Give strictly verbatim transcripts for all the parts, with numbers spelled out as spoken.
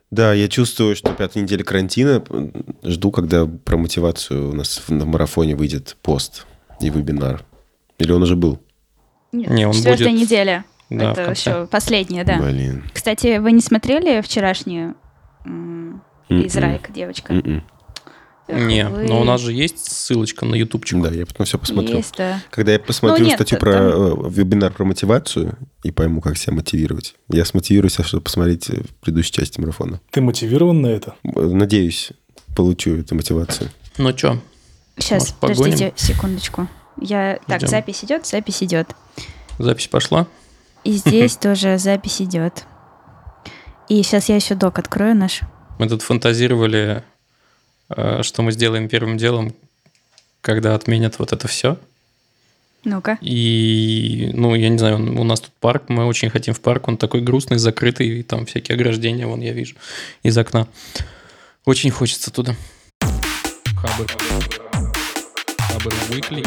Да, я чувствую, что пятая неделя карантина. Жду, когда про мотивацию у нас на марафоне выйдет пост и вебинар. Или он уже был? Нет, не, он четвертая будет... неделя. Да, это еще последняя, да. Блин. Кстати, вы не смотрели вчерашнюю м- из Райка девочка? Mm-mm. Эх, Не, вы... но у нас же есть ссылочка на ютубчик. Да, я потом все посмотрю. Есть, да. Когда я посмотрю Ну, нет, статью там- про э, вебинар про мотивацию и пойму, как себя мотивировать, я смотивируюсь, чтобы посмотреть э, предыдущую часть марафона. Ты мотивирован на это? Надеюсь, получу эту мотивацию. Ну что, Сейчас, Может, погоним? подождите секундочку. Я... Так, Ждем. запись идет, запись идет. запись пошла? И здесь тоже запись идет. И сейчас я еще док открою наш. Мы тут фантазировали, э, что мы сделаем первым делом, когда отменят вот это все. Ну-ка. И, ну, я не знаю, у нас тут парк, мы очень хотим в парк, он такой грустный, закрытый, и там всякие ограждения, вон я вижу из окна. Очень хочется туда. Хабр. Хабр Уикли.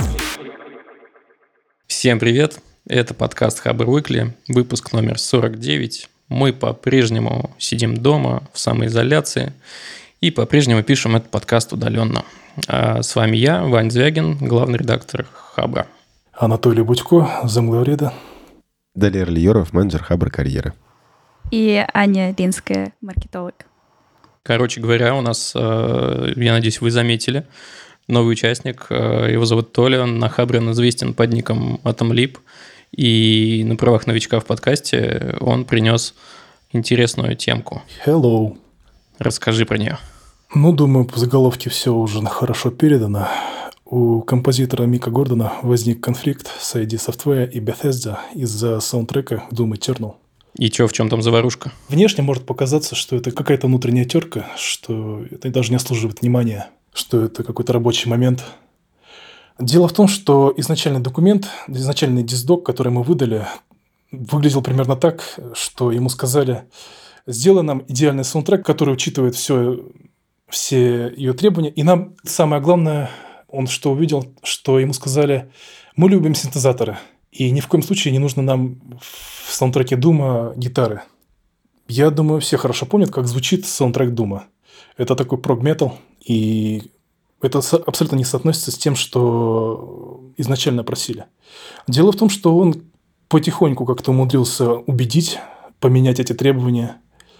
Всем привет, это подкаст Хабр Уикли, выпуск номер сорок девять. Мы по-прежнему сидим дома в самоизоляции и по-прежнему пишем этот подкаст удаленно. А с вами я, Вань Звягин, главный редактор Хабра. Анатолий Будько, замглавреда. Далее Лиеров, менеджер Хабр карьеры. И Аня Линская, маркетолог. Короче говоря, у нас, я надеюсь, вы заметили, новый участник. Его зовут Толя, он на Хабре он известен под ником AtomLib. И на правах новичка в подкасте он принес интересную темку. Hello. Расскажи про нее. Ну, думаю, по заголовке все уже хорошо передано. У композитора Мика Гордона возник конфликт с ай ди Software и Bethesda из-за саундтрека Doom Eternal. И что, в чем там заварушка? Внешне может показаться, что это какая-то внутренняя терка, что это даже не заслуживает внимания, что это какой-то рабочий момент. Дело в том, что изначальный документ, изначальный дисдок, который мы выдали, выглядел примерно так, что ему сказали: сделай нам идеальный саундтрек, который учитывает все, все ее требования. И нам самое главное, он что увидел, что ему сказали: мы любим синтезаторы, и ни в коем случае не нужно нам в саундтреке Дума гитары. Я думаю, все хорошо помнят, как звучит саундтрек Дума. Это такой прог-метал, и это абсолютно не соотносится с тем, что изначально просили. Дело в том, что он потихоньку как-то умудрился убедить, поменять эти требования.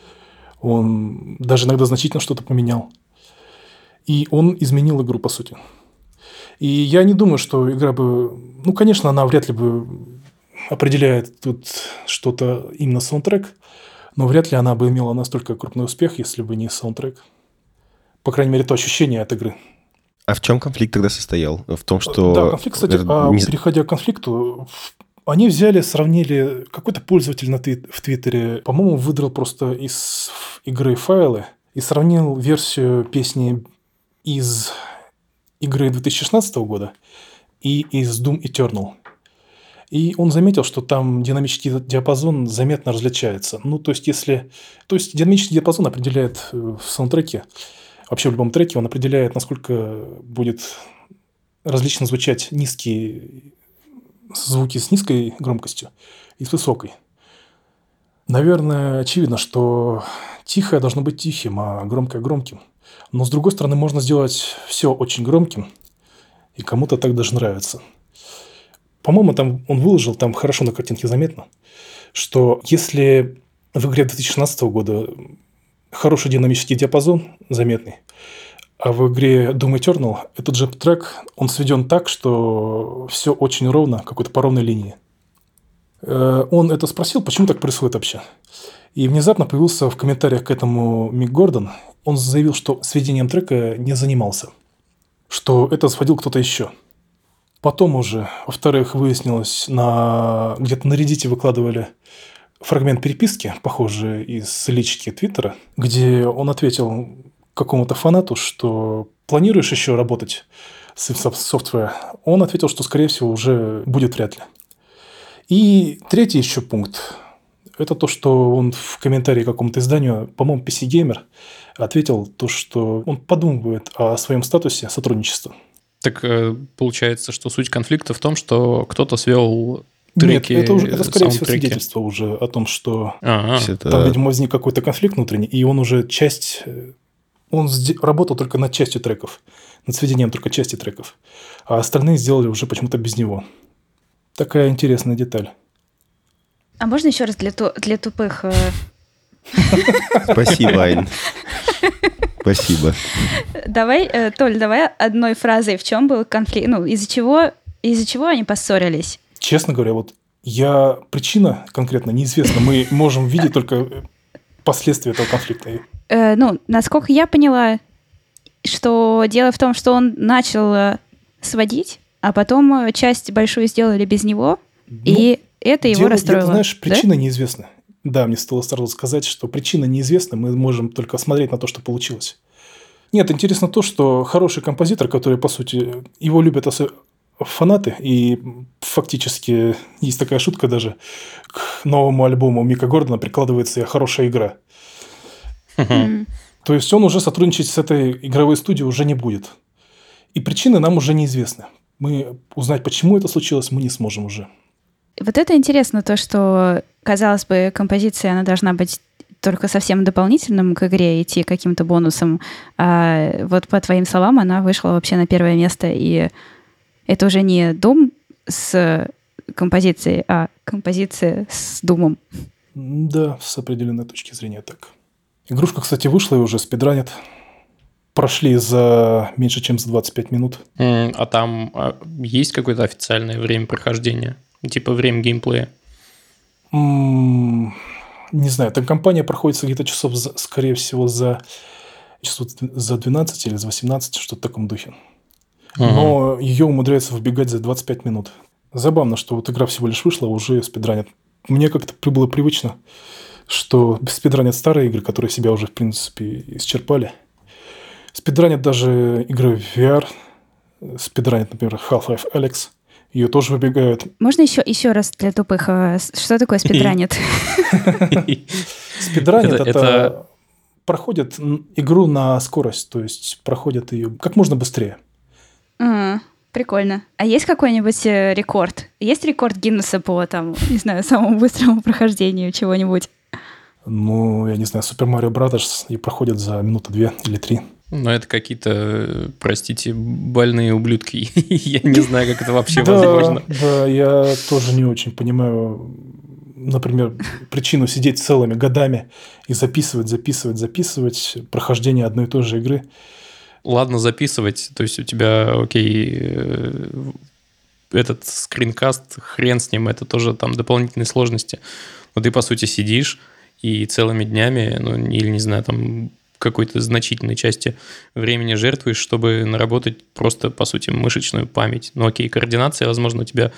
Он даже иногда значительно что-то поменял. И он изменил игру, по сути. И я не думаю, что игра бы... Ну, конечно, она вряд ли бы определяет тут что-то именно саундтрек, но вряд ли она бы имела настолько крупный успех, если бы не саундтрек. По крайней мере, то ощущение от игры. А в чем конфликт тогда состоял? В том, что... Да, конфликт, кстати, а, не... переходя к конфликту, они взяли, сравнили... Какой-то пользователь на твит... в Твиттере, по-моему, выдрал просто из игры файлы и сравнил версию песни из игры две тысячи шестнадцатого года и из Doom Eternal. И он заметил, что там динамический диапазон заметно различается. Ну, то есть, если... То есть, динамический диапазон определяет в саундтреке, вообще в любом треке он определяет, насколько будет различно звучать низкие звуки с низкой громкостью и с высокой. Наверное, очевидно, что тихое должно быть тихим, а громкое – громким. Но, с другой стороны, можно сделать все очень громким, и кому-то так даже нравится. По-моему, там он выложил, там хорошо на картинке заметно, что если в игре две тысячи шестнадцатого года хороший динамический диапазон, заметный, а в игре Doom Eternal этот же трек, он сведен так, что все очень ровно, какой-то по ровной линии. Он это спросил, почему так происходит вообще. И внезапно появился в комментариях к этому Мик Гордон. Он заявил, что сведением трека не занимался, что это сводил кто-то еще. Потом уже, во-вторых, выяснилось, на... где-то на Reddit выкладывали фрагмент переписки, похожий из лички Твиттера, где он ответил какому-то фанату, что планируешь еще работать с Software. Он ответил, что, скорее всего, уже будет вряд ли. И третий еще пункт. Это то, что он в комментарии к какому-то изданию, по-моему, пи си Gamer, ответил то, что он подумывает о своем статусе сотрудничества. Так получается, что суть конфликта в том, что кто-то свел треки, Нет, это, уже, это скорее всего, саундтреки? свидетельство уже о том, что А, Всё это- там, видимо, возник какой-то конфликт внутренний, и он уже часть... Он сде- работал только над частью треков, над сведением только части треков, а остальные сделали уже почему-то без него. Такая интересная деталь. А можно еще раз для, ту- для тупых... э, Спасибо, Ань. Спасибо. Давай, э, Толь, давай одной фразой, в чем был конфликт, ну, из-за чего, из-за чего они поссорились? Честно говоря, вот я... Причина конкретно неизвестна. Мы можем видеть только последствия этого конфликта. Э, ну, насколько я поняла, что дело в том, что он начал э, сводить, а потом э, часть большую сделали без него, и это его Дело- расстроило. Знаешь, да? причина неизвестна. Да, мне стало сразу сказать, что причина неизвестна, мы можем только смотреть на то, что получилось. Нет, интересно то, что хороший композитор, который, по сути, его любят осо- фанаты, и фактически есть такая шутка даже, к новому альбому Мика Гордона прикладывается хорошая игра. М. То есть он уже сотрудничать с этой игровой студией уже не будет. И причины нам уже неизвестны. Мы узнать, почему это случилось, мы не сможем уже. Вот это интересно, то, что, казалось бы, композиция, она должна быть только совсем дополнительным к игре, идти каким-то бонусом. А вот по твоим словам, она вышла вообще на первое место, и это уже не Doom с композицией, а композиция с Думом. Да, с определенной точки зрения так. Игрушка, кстати, вышла и уже спидранит. Прошли за меньше, чем за двадцать пять минут. М, А там а, есть какое-то официальное время прохождения? Типа время геймплея? М, Не знаю, там кампания проходится где-то часов, за- скорее всего, за часов за двенадцать или за восемнадцать, что-то в таком духе. Но ее умудряется вбегать за двадцать пять минут. Забавно, что вот игра всего лишь вышла, а уже спидранят. Мне как-то при- было привычно, что спидранят старые игры, которые себя уже, в принципе, исчерпали. Спидранят даже игры в ви ар. Спидранят, например, Half-Life Alyx. Ее тоже выбегают. Можно еще, еще раз для тупых, э, с- что такое спидранит? Спидранят Это- это, это- проходят м, игру на скорость, то есть проходят ее как можно быстрее. А, Прикольно. А есть какой-нибудь э, рекорд? Есть рекорд Гиннесса по, там, не знаю, самому быстрому прохождению чего-нибудь? Ну, я не знаю, Super Mario Brothers и проходят за минуту две или три. Но это какие-то, э, простите, больные ублюдки. Я не знаю, как это вообще Да, возможно. да, я тоже не очень понимаю, например, причину сидеть целыми годами и записывать, записывать, записывать прохождение одной и той же игры. Ладно записывать, то есть у тебя, окей, э, этот скринкаст, хрен с ним, это тоже там дополнительные сложности. Но ты, по сути, сидишь и целыми днями, ну, или, не знаю, там какой-то значительной части времени жертвуешь, чтобы наработать просто, по сути, мышечную память. Ну, окей, координация, возможно, у тебя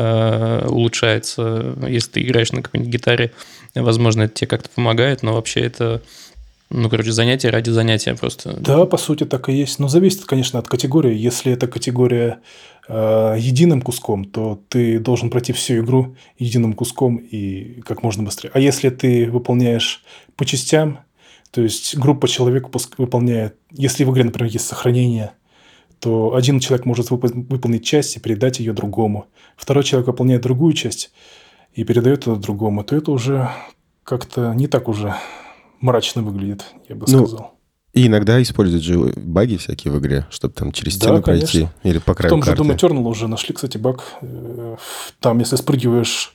э, улучшается, если ты играешь на какой-нибудь гитаре, возможно, это тебе как-то помогает, но вообще это, ну, короче, занятие ради занятия просто. Да, по сути, так и есть. Но зависит, конечно, от категории. Если это категория э, единым куском, то ты должен пройти всю игру единым куском и как можно быстрее. А если ты выполняешь по частям, то есть группа человек пуск- выполняет, если в игре, например, есть сохранение, то один человек может выпол- выполнить часть и передать ее другому. Второй человек выполняет другую часть и передает это другому. То это уже как-то не так уже мрачно выглядит, я бы Ну, сказал. И иногда используют же баги всякие в игре, чтобы там через Да, стену конечно. пройти или по В краю том же карты. Doom Eternal уже нашли, кстати, баг. Э, Там, если спрыгиваешь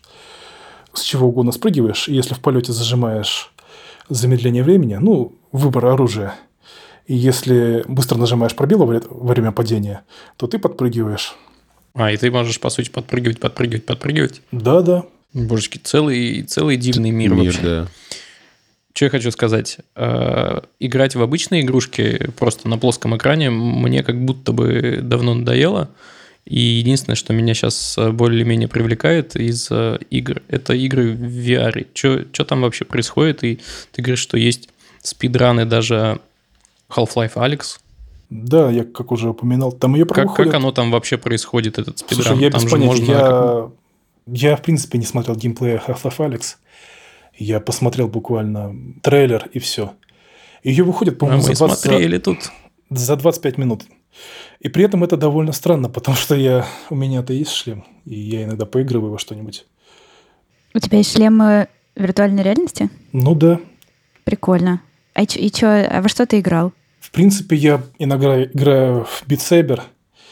с чего угодно спрыгиваешь, и если в полете зажимаешь замедление времени, ну, выбор оружия, и если быстро нажимаешь пробел во вре- во время падения, то ты подпрыгиваешь. А, и ты можешь, по сути, подпрыгивать, подпрыгивать, подпрыгивать. Да-да. Божечки, целый, целый дивный мир, Мир, вообще. да. Что я хочу сказать. Э, Играть в обычные игрушки просто на плоском экране мне как будто бы давно надоело. И единственное, что меня сейчас более-менее привлекает из э, игр, это игры в ви ар. Что там вообще происходит? И ты говоришь, что есть спидраны даже Half-Life Alyx. Да, я, как уже упоминал, там ее Как, выходит... как оно там вообще происходит, этот спидран? Слушай, я там без же понятия. можно... Я... я, в принципе, не смотрел геймплея Half-Life Alyx. Я посмотрел буквально трейлер и все. Ее выходит, А по-моему, мы за двадцать... смотрели тут. за двадцать пять минут. И при этом это довольно странно, потому что я, у меня-то есть шлем, и я иногда поигрываю во что-нибудь. У тебя есть шлемы виртуальной реальности? Ну да. Прикольно. А, ч- и чё, а во что ты играл? В принципе, я иногда играю в Beat Saber,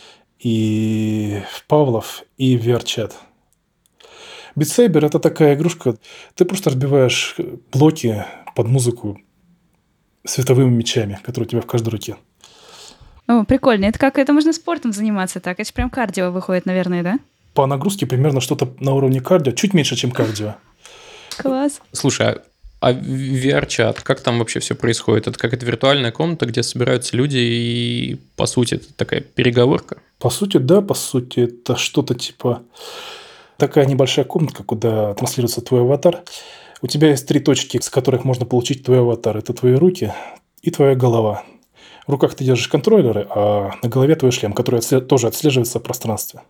и в Павлов, и в ви ар-чат. Beat Saber – это такая игрушка, ты просто разбиваешь блоки под музыку световыми мечами, которые у тебя в каждой руке. О, прикольно. Это как, это можно спортом заниматься так? Это же прям кардио выходит, наверное, да? По нагрузке примерно что-то на уровне кардио, чуть меньше, чем кардио. Класс. Слушай, а а ви ар-чат, как там вообще все происходит? Это какая-то виртуальная комната, где собираются люди, и, по сути, это такая переговорка? По сути, да, по сути, это что-то типа такая небольшая комнатка, куда транслируется твой аватар. У тебя есть три точки, с которых можно получить твой аватар. Это твои руки и твоя голова. В руках ты держишь контроллеры, а на голове твой шлем, который отслед... тоже отслеживается в пространстве.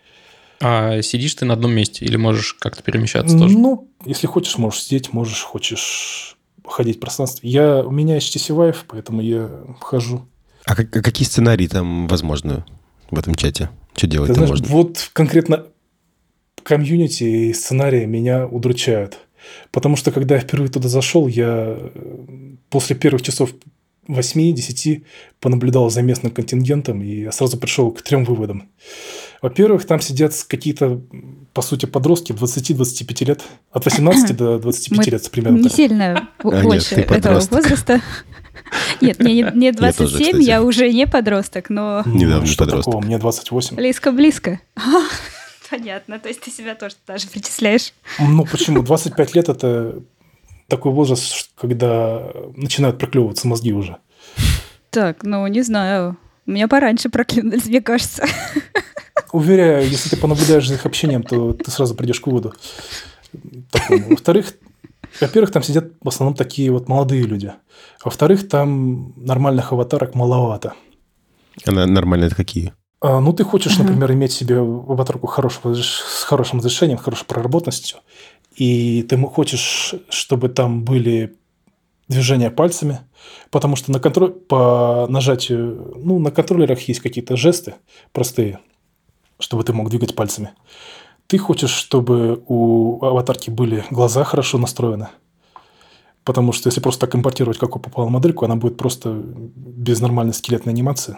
А сидишь ты на одном месте или можешь как-то перемещаться тоже? Ну, если хочешь, можешь сидеть, можешь, хочешь ходить в пространстве. Я, у меня эйч ти си Vive, поэтому я хожу. А как- а какие сценарии там возможны в этом чате? Что делать Ты там знаешь, можно? вот конкретно комьюнити и сценарии меня удручают. Потому что, когда я впервые туда зашел, я после первых часов восьми-десяти понаблюдал за местным контингентом, и я сразу пришел к трем выводам. Во-первых, там сидят какие-то, по сути, подростки двадцати-двадцати пяти лет. От восемнадцати до двадцати пяти Мы лет примерно. не так. сильно А, нет, больше ты этого подросток. возраста. Нет, мне, не- мне двадцать семь, кстати. я уже не подросток, но Ну, Недавний что подросток. такого? Мне двадцать восемь. близко-близко. Понятно, то есть ты себя тоже даже причисляешь. Ну, почему? двадцать пять лет – это такой возраст, когда начинают проклевываться мозги уже. Так, ну, не знаю. У меня пораньше проклюнулись, мне кажется. Уверяю, если ты понаблюдаешь за их общением, то ты сразу придешь к выводу такому. Во-вторых, во-первых, там сидят в основном такие вот молодые люди. Во-вторых, там нормальных аватарок маловато. Она нормально это какие? А, ну, ты хочешь, Ага. например, иметь себе аватарку хорошего, с хорошим разрешением, хорошей проработанностью, и ты м- хочешь, чтобы там были движения пальцами, потому что на контроль... по нажатию... Ну, на контроллерах есть какие-то жесты простые, чтобы ты мог двигать пальцами. Ты хочешь, чтобы у аватарки были глаза хорошо настроены, потому что если просто так импортировать, какую попало модельку, она будет просто без нормальной скелетной анимации.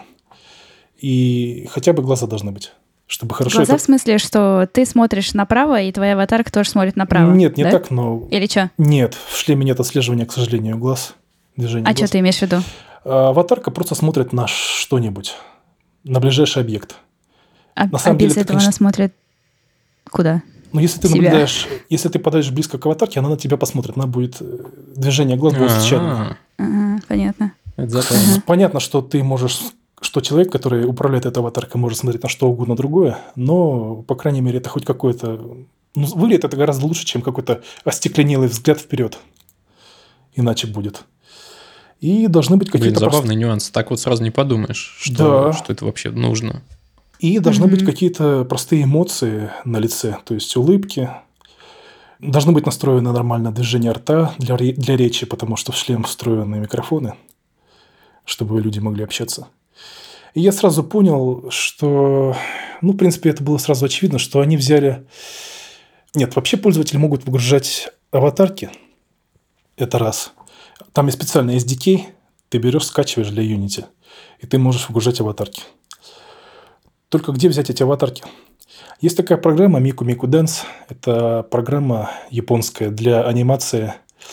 И хотя бы глаза должны быть, чтобы хорошо... Глаза это- в смысле, что ты смотришь направо, и твоя аватарка тоже смотрит направо? Нет, не да? так, но... Или что? Нет, в шлеме нет отслеживания, к сожалению, глаз. Движения А глаз. что ты имеешь в виду? А аватарка просто смотрит на что-нибудь, на ближайший объект. А, На самом а без деле, это, этого она конечно- смотрит куда? Но если ты Себя. наблюдаешь, если ты подойдешь близко к аватарке, она на тебя посмотрит. Она будет... э, Движение глаз будет случайным. А, Ага, понятно. это забавно. Понятно, что ты можешь... Что человек, который управляет этой аватаркой, может смотреть на что угодно другое, но, по крайней мере, это хоть какое-то... Ну, выглядит это гораздо лучше, чем какой-то остекленелый взгляд вперед. Иначе будет. И должны быть Блин, какие-то... прост- забавный нюанс. Так вот сразу не подумаешь, что, Да. что это вообще нужно. И должны быть Мгм. какие-то простые эмоции на лице, то есть улыбки. Должны быть настроены нормально движения рта для, ре- для речи, потому что в шлем встроены микрофоны, чтобы люди могли общаться. И я сразу понял, что, ну, в принципе, это было сразу очевидно, что они взяли... Нет, вообще пользователи могут выгружать аватарки. Это раз. Там есть специальный эс ди кей, ты берешь, скачиваешь для Unity, и ты можешь выгружать аватарки. Только где взять эти аватарки? Есть такая программа Miku Miku Dance. Это программа японская для анимации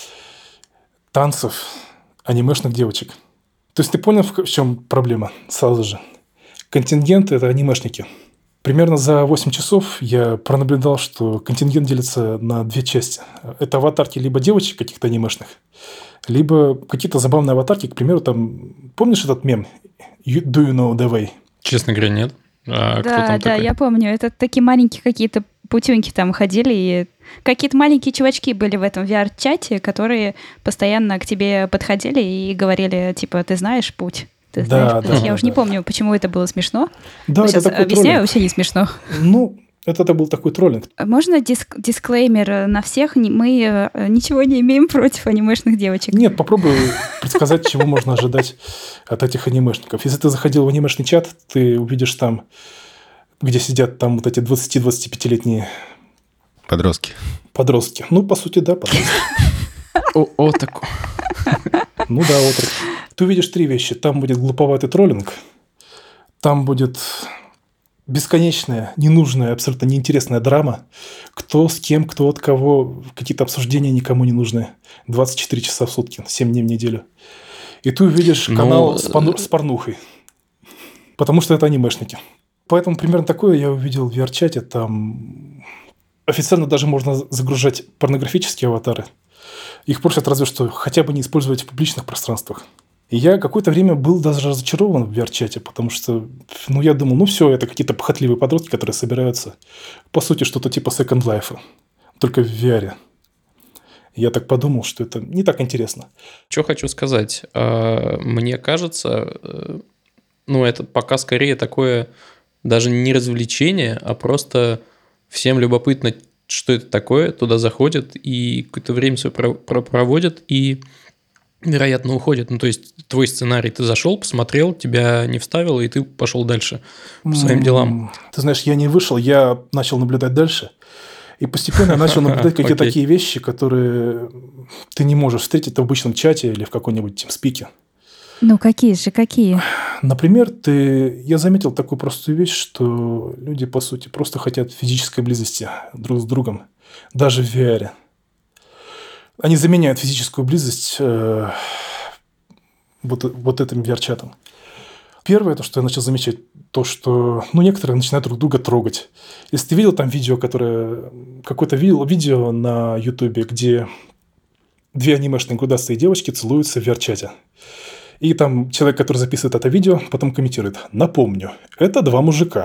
танцев анимешных девочек. То есть ты понял, в чем проблема? Сразу же. Контингент – это анимешники. Примерно за восемь часов я пронаблюдал, что контингент делится на две части. Это аватарки либо девочек каких-то анимешных, либо какие-то забавные аватарки. К примеру, там... Помнишь этот мем? You- Do you know the way? Честно говоря, нет. А кто да, там да, такой? я помню. Это такие маленькие какие-то путюньки там ходили, и какие-то маленькие чувачки были в этом ви ар-чате, которые постоянно к тебе подходили и говорили, типа, ты знаешь путь? Ты Да, знаешь да, путь? Я да, уже не да. помню, почему это было смешно. Да, Сейчас это такой объясняю, троллинг. вообще не смешно. Ну, Это, это был такой троллинг. Можно диск, дисклеймер на всех? Не- Мы э, ничего не имеем против анимешных девочек. Нет, попробуй предсказать, чего можно ожидать от этих анимешников. Если ты заходил в анимешный чат, ты увидишь там, где сидят там вот эти двадцати-двадцатипятилетние Подростки. подростки. Ну, по сути, да, подростки. О, о, такой. Ну да, вот. Ты увидишь три вещи. Там будет глуповатый троллинг, там будет бесконечная, ненужная, абсолютно неинтересная драма. Кто с кем, кто от кого, какие-то обсуждения никому не нужны. двадцать четыре часа в сутки, семь дней в неделю. И ты увидишь Ну, канал с, пану- с порнухой. Потому что это анимешники. Поэтому примерно такое я увидел в ви ар-чате. Там официально даже можно загружать порнографические аватары. Их просят разве что хотя бы не использовать в публичных пространствах. И я какое-то время был даже разочарован в ви ар-чате, потому что, ну, я думал, ну, все, это какие-то похотливые подростки, которые собираются, по сути, что-то типа Second Life, только в ви ар. Я так подумал, что это не так интересно. Что хочу сказать. А, Мне кажется, э, ну, это пока скорее такое даже не развлечение, а просто всем любопытно, что это такое, туда заходят и какое-то время все про- про- проводят и, вероятно, уходят. Ну, то есть твой сценарий, ты зашел, посмотрел, тебя не вставило, и ты пошел дальше по своим делам. М, Ты знаешь, я не вышел, я начал наблюдать дальше. И постепенно я начал наблюдать какие-то Окей. такие вещи, которые ты не можешь встретить в обычном чате или в какой-нибудь тимспике. Ну, какие же, какие? Например, ты... я заметил такую простую вещь, что люди, по сути, просто хотят физической близости друг с другом, даже в ви ар. Они заменяют физическую близость э, вот, вот этим ви ар-чатом. Первое, то, что я начал замечать, то, что ну, некоторые начинают друг друга трогать. Если ты видел там видео, которое... Какое-то видел видео на Ютубе, где две анимешные грудастые девочки целуются в ви ар-чате. И там человек, который записывает это видео, потом комментирует: напомню, это два мужика.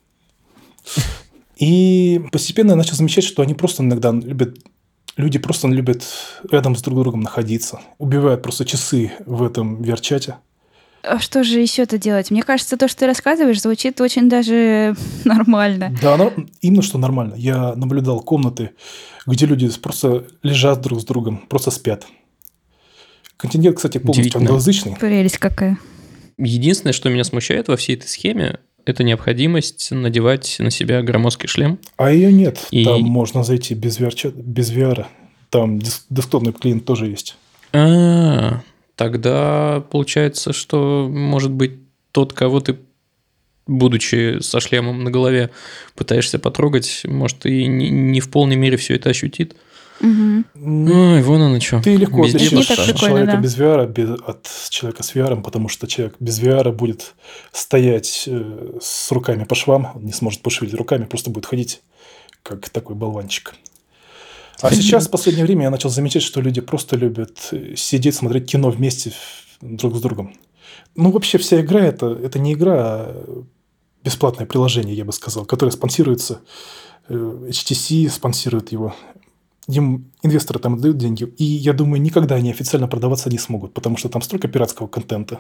И постепенно я начал замечать, что они просто иногда любят... Люди просто любят рядом с друг другом находиться. Убивают просто часы в этом ви ар-чате. А что же еще-то делать? Мне кажется, то, что ты рассказываешь, звучит очень даже нормально. Да, оно, именно что нормально. Я наблюдал комнаты, где люди просто лежат друг с другом, просто спят. Контингент, кстати, полностью Удивительно. англоязычный. Прелесть какая. Единственное, что меня смущает во всей этой схеме, это необходимость надевать на себя громоздкий шлем. А ее нет. И- Там можно зайти без ви ар. Без ви ар. Там дес- десктопный клиент тоже есть. А, тогда получается, что, может быть, тот, кого ты, будучи со шлемом на голове, пытаешься потрогать, может, и не, не в полной мере все это ощутит. Мгм. Ой, вон оно что. Ты легко Везде не отличишь так подстава. прикольно, человека да. без ви ар без- от человека с ви ар, потому что человек без ви ар будет стоять э, с руками по швам, он не сможет пошевелить руками, просто будет ходить как такой болванчик. А сейчас, в последнее время, я начал замечать, что люди просто любят э, сидеть, смотреть кино вместе в- друг с другом. Ну, вообще, вся игра это, – это не игра, а бесплатное приложение, я бы сказал, которое спонсируется, э, эйч ти си спонсирует его. Им инвесторы там дают деньги, и, я думаю, никогда они официально продаваться не смогут, потому что там столько пиратского контента.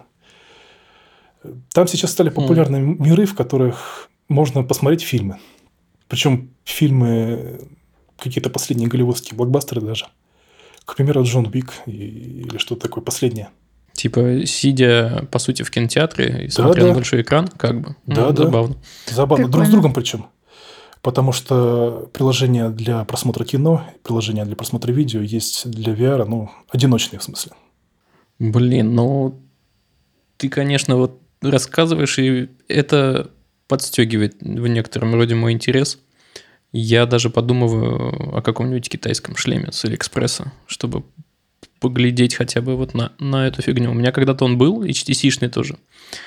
Там сейчас стали популярны миры, в которых можно посмотреть фильмы. Причем фильмы, какие-то последние голливудские блокбастеры даже. К примеру, Джон Уик и- или что-то такое последнее. Типа, сидя, по сути, в кинотеатре и Да, смотря да. на большой экран, как бы. Да, Ну, да. Забавно. Забавно. Друг с Прикольно. другом причем. Потому что приложение для просмотра кино, приложение для просмотра видео есть для ви ар, ну, одиночные в смысле. Блин, ну, ты, конечно, вот рассказываешь, и это подстегивает в некотором роде мой интерес. Я даже подумываю о каком-нибудь китайском шлеме с Алиэкспресса, чтобы поглядеть хотя бы вот на, на эту фигню. У меня когда-то он был, эйч ти си-шный тоже,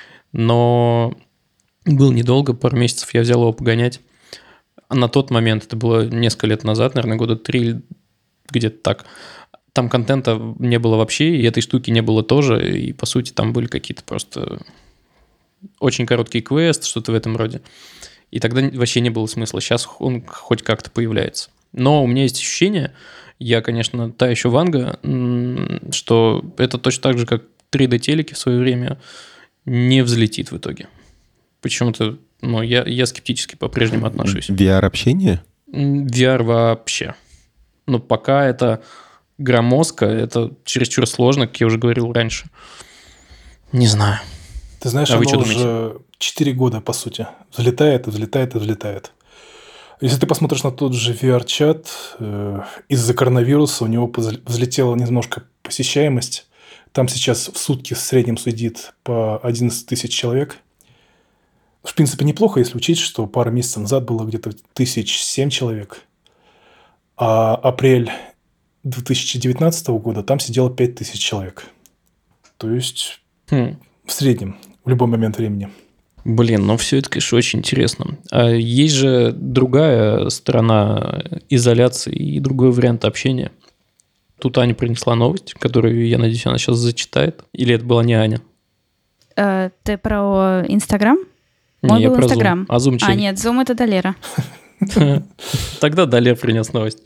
но был недолго, пару месяцев я взял его погонять. А на тот момент, это было несколько лет назад, наверное, года три, где-то так, там контента не было вообще, и этой штуки не было тоже, и, по сути, там были какие-то просто очень короткий квест, что-то в этом роде. И тогда вообще не было смысла. Сейчас он хоть как-то появляется. Но у меня есть ощущение, я, конечно, та еще ванга, м, что это точно так же, как три дэ-телеки в свое время, не взлетит в итоге. Почему-то ну, я, я скептически по-прежнему отношусь. ви ар-общение? ви ар вообще. Ну, пока это громоздко, это чересчур сложно, как я уже говорил раньше. Не знаю. Ты знаешь, а оно вы уже четыре года, по сути. Взлетает и взлетает и взлетает. Если ты посмотришь на тот же ви ар-чат, э, из-за коронавируса у него взлетела немножко посещаемость. Там сейчас в сутки в среднем сидит по одиннадцать тысяч человек. В принципе, неплохо, если учесть, что пару месяцев назад было где-то тысяч семь человек. А апрель две тысячи девятнадцатого года там сидело пять тысяч человек. То есть хм. в среднем, в любой момент времени. Блин, ну все это, конечно, очень интересно. А есть же другая сторона изоляции и другой вариант общения. Тут Аня принесла новость, которую, я надеюсь, она сейчас зачитает. Или это была не Аня? А, ты про Инстаграм? Не, Мой я был про Инстаграм. Zoom. А Zoom чей? А, нет, Zoom — это Далера. Тогда Далер принес новость.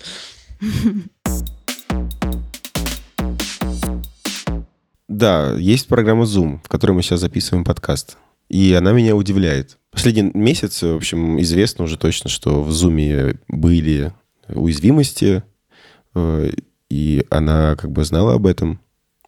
Да, есть программа Zoom, в которой мы сейчас записываем подкаст. И она меня удивляет. Последний месяц, в общем, известно уже точно, что в Zoom были уязвимости, и она как бы знала об этом.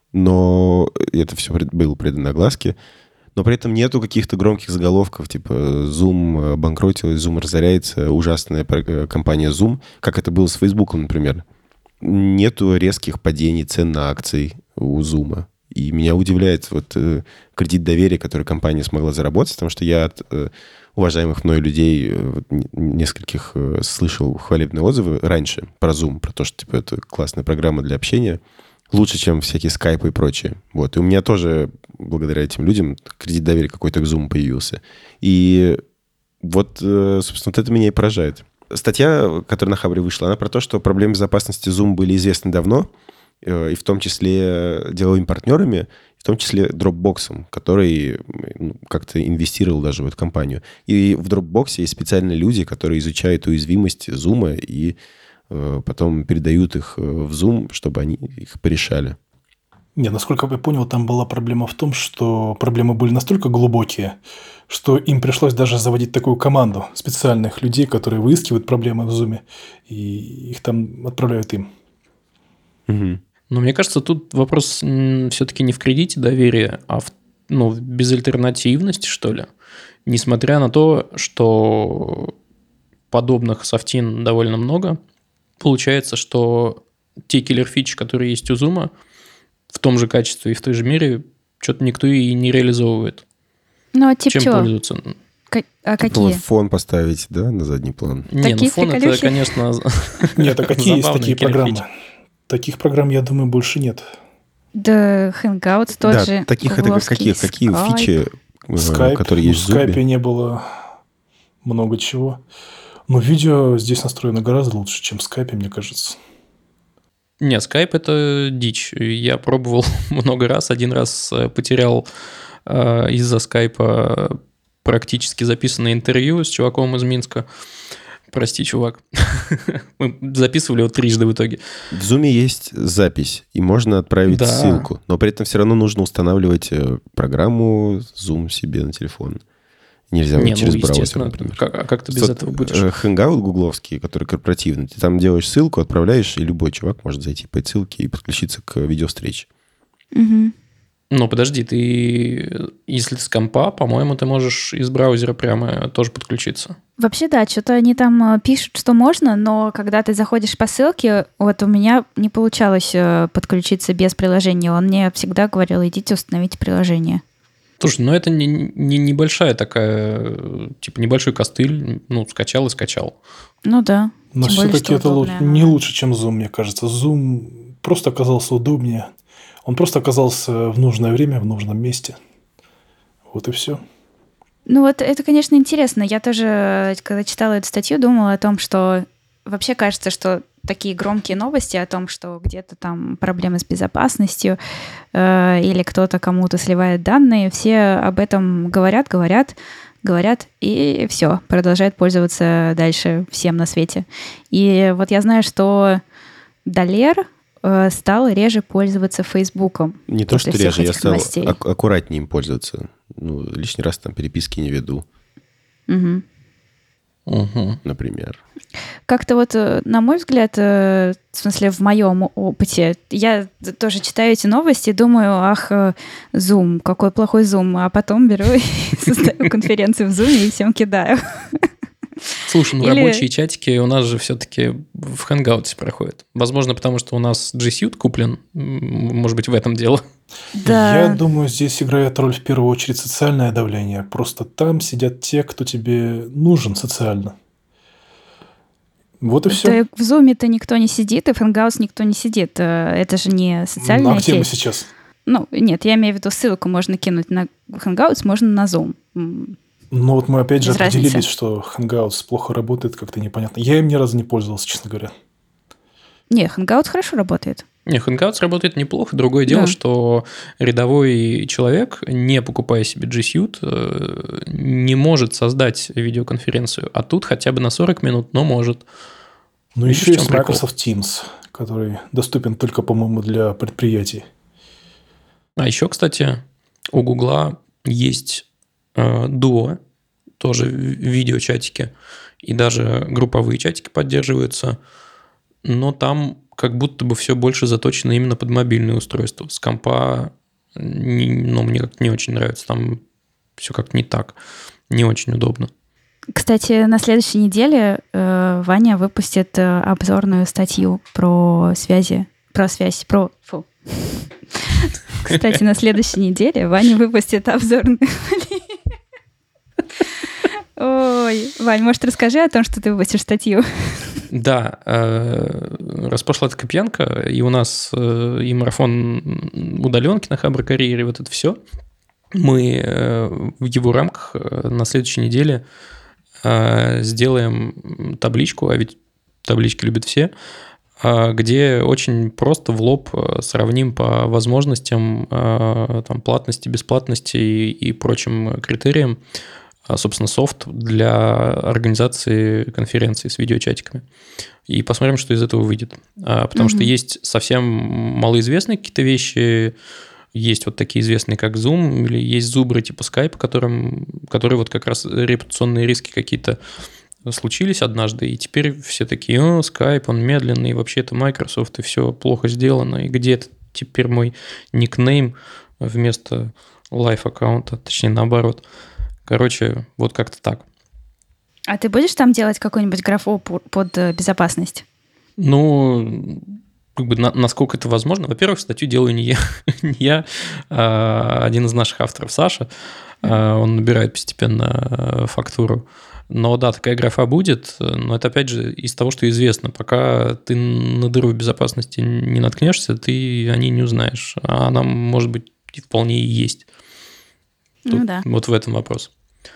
Но это все было предано огласке. Но при этом нету каких-то громких заголовков, типа Zoom обанкротилась, Zoom разоряется, ужасная компания Zoom, как это было с Facebook, например. Нету резких падений цен на акции у Zoom. И меня удивляет вот э, кредит доверия, который компания смогла заработать, потому что я от э, уважаемых мной людей э, нескольких э, слышал хвалебные отзывы раньше про Zoom, про то, что типа это классная программа для общения, лучше, чем всякие скайпы и прочее. Вот. И у меня тоже, благодаря этим людям, кредит доверия какой-то к Zoom появился. И вот, э, собственно, вот это меня и поражает. Статья, которая на Хабре вышла, она про то, что проблемы безопасности Zoom были известны давно, и в том числе деловыми партнерами, в том числе Dropbox, который ну, как-то инвестировал даже в эту компанию. И в Dropbox есть специальные люди, которые изучают уязвимости Zoom и э, потом передают их в Zoom, чтобы они их порешали. Не, насколько я понял, там была проблема в том, что проблемы были настолько глубокие, что им пришлось даже заводить такую команду специальных людей, которые выискивают проблемы в Zoom, и их там отправляют им. Угу. Но мне кажется, тут вопрос все-таки не в кредите доверия, а в, ну, в безальтернативности, что ли. Несмотря на то, что подобных софтин довольно много, получается, что те киллер-фичи, которые есть у Zoom, в том же качестве и в той же мере, что-то никто и не реализовывает. Ну, а типа Чем чего? пользоваться? К- а Типа какие? вот фон поставить, да, на задний план? Не, Такие ну фон это, приколюхи? конечно, Нет, а какие есть забавные такие киллер-фичи. программы? Таких программ, я думаю, больше нет. Да, Hangouts тот да, же. таких это гугловский, какие, какие Skype. фичи, э, Скайп. которые Ну, есть в в Zoom? скайпе не было много чего. Но видео здесь настроено гораздо лучше, чем в скайпе, мне кажется. Не, Skype это дичь. Я пробовал много раз. Один раз э, потерял э, из-за скайпа практически записанное интервью с чуваком из Минска. Прости, чувак. Мы записывали его трижды в итоге. В Zoom есть запись, и можно отправить Да. ссылку. Но при этом все равно нужно устанавливать э, программу Zoom себе на телефон. Нельзя вот Не, ну, через браузер, естественно. например. Как, а как ты без Вот, этого будешь? э, Hangout гугловский, который корпоративный, ты там делаешь ссылку, отправляешь, и любой чувак может зайти по этой ссылке и подключиться к видеовстреч. Мгм. Ну, подожди, ты, если с компа, по-моему, ты можешь из браузера прямо тоже подключиться. Вообще, да, что-то они там э, пишут, что можно, но когда ты заходишь по ссылке, вот у меня не получалось э, подключиться без приложения. Он мне всегда говорил, идите установите приложение. Слушай, ну это не, не небольшая такая, типа небольшой костыль, ну, скачал и скачал. Ну да. Но Тем более, все-таки что это лу- удобное оно. не лучше, чем Zoom, мне кажется. Zoom просто оказался удобнее. Он просто оказался в нужное время, в нужном месте. Вот и все. Ну вот это, конечно, интересно. Я тоже, когда читала эту статью, думала о том, что вообще кажется, что такие громкие новости о том, что где-то там проблемы с безопасностью э, или кто-то кому-то сливает данные, все об этом говорят, говорят, говорят, и все, продолжают пользоваться дальше всем на свете. И вот я знаю, что Далер э, стал реже пользоваться Фейсбуком. Не то, после что всех реже, я этих стал новостей. ак- аккуратнее им пользоваться. Ну, лишний раз там переписки не веду. Угу. Угу. Например. Как-то вот, на мой взгляд, в смысле, в моем опыте, я тоже читаю эти новости и думаю, ах, Zoom, какой плохой Zoom, а потом беру и создаю конференцию в Zoom и всем кидаю. Слушай, ну Или... рабочие чатики у нас же все-таки в Hangouts проходят. Возможно, потому что у нас G Suite куплен. Может быть, в этом дело. Да. Я думаю, здесь играет роль в первую очередь социальное давление. Просто там сидят те, кто тебе нужен социально. Вот и все. Да, в Zoom-то никто не сидит, и в Hangouts никто не сидит. Это же не социальная Ну, а где мы сеть. сейчас? Ну, нет, я имею в виду, ссылку можно кинуть на Hangouts, можно на Zoom. Ну, вот мы опять же Без определились, разницы. что Hangouts плохо работает, как-то непонятно. Я им ни разу не пользовался, честно говоря. Не, Hangouts хорошо работает. Не, Hangouts работает неплохо. Другое дело, Да. что рядовой человек, не покупая себе G Suite, не может создать видеоконференцию. А тут хотя бы на сорок минут, но может. Ну, Видишь, еще в чем есть прикол? Microsoft Teams, который доступен только, по-моему, для предприятий. А еще, кстати, у Гугла есть э, Duo, тоже ви- видеочатики, и даже групповые чатики поддерживаются, но там как будто бы все больше заточено именно под мобильные устройства. С компа, не- ну, мне как-то не очень нравится, там все как-то не так, не очень удобно. Кстати, на следующей неделе э, Ваня выпустит э, обзорную статью про связи, про связь, про... Фу. Кстати, на следующей неделе Ваня выпустит обзорную... Ой, Вань, может, расскажи о том, что ты выпустишь статью? Да, э, раз пошла эта Копьянка, и у нас э, и марафон удаленки на Хабр Карьере, вот это все, мы э, в его рамках э, на следующей неделе э, сделаем табличку, а ведь таблички любят все, э, где очень просто в лоб э, сравним по возможностям э, там, платности, бесплатности и, и прочим критериям, а, собственно, софт для организации конференций с видеочатиками. И посмотрим, что из этого выйдет. А, потому Мгм. что есть совсем малоизвестные какие-то вещи, есть вот такие известные, как Zoom, или есть зубры типа Skype, которым, которые вот как раз репутационные риски какие-то случились однажды, и теперь все такие, о, Skype, он медленный, и вообще это Microsoft, и все плохо сделано, и где это теперь мой никнейм вместо лайф-аккаунта, точнее, наоборот. Короче, вот как-то так. А ты будешь там делать какую-нибудь графу по- под э, безопасность? Ну, как бы на- насколько это возможно. Во-первых, статью делаю не я, не я, а один из наших авторов, Саша. А, Он набирает постепенно э, фактуру. Но да, такая графа будет, но это опять же из того, что известно. Пока ты на дыру в безопасности не наткнешься, ты о ней не узнаешь. А она, может быть, и вполне и есть. Тут Ну да. Вот в этом вопрос.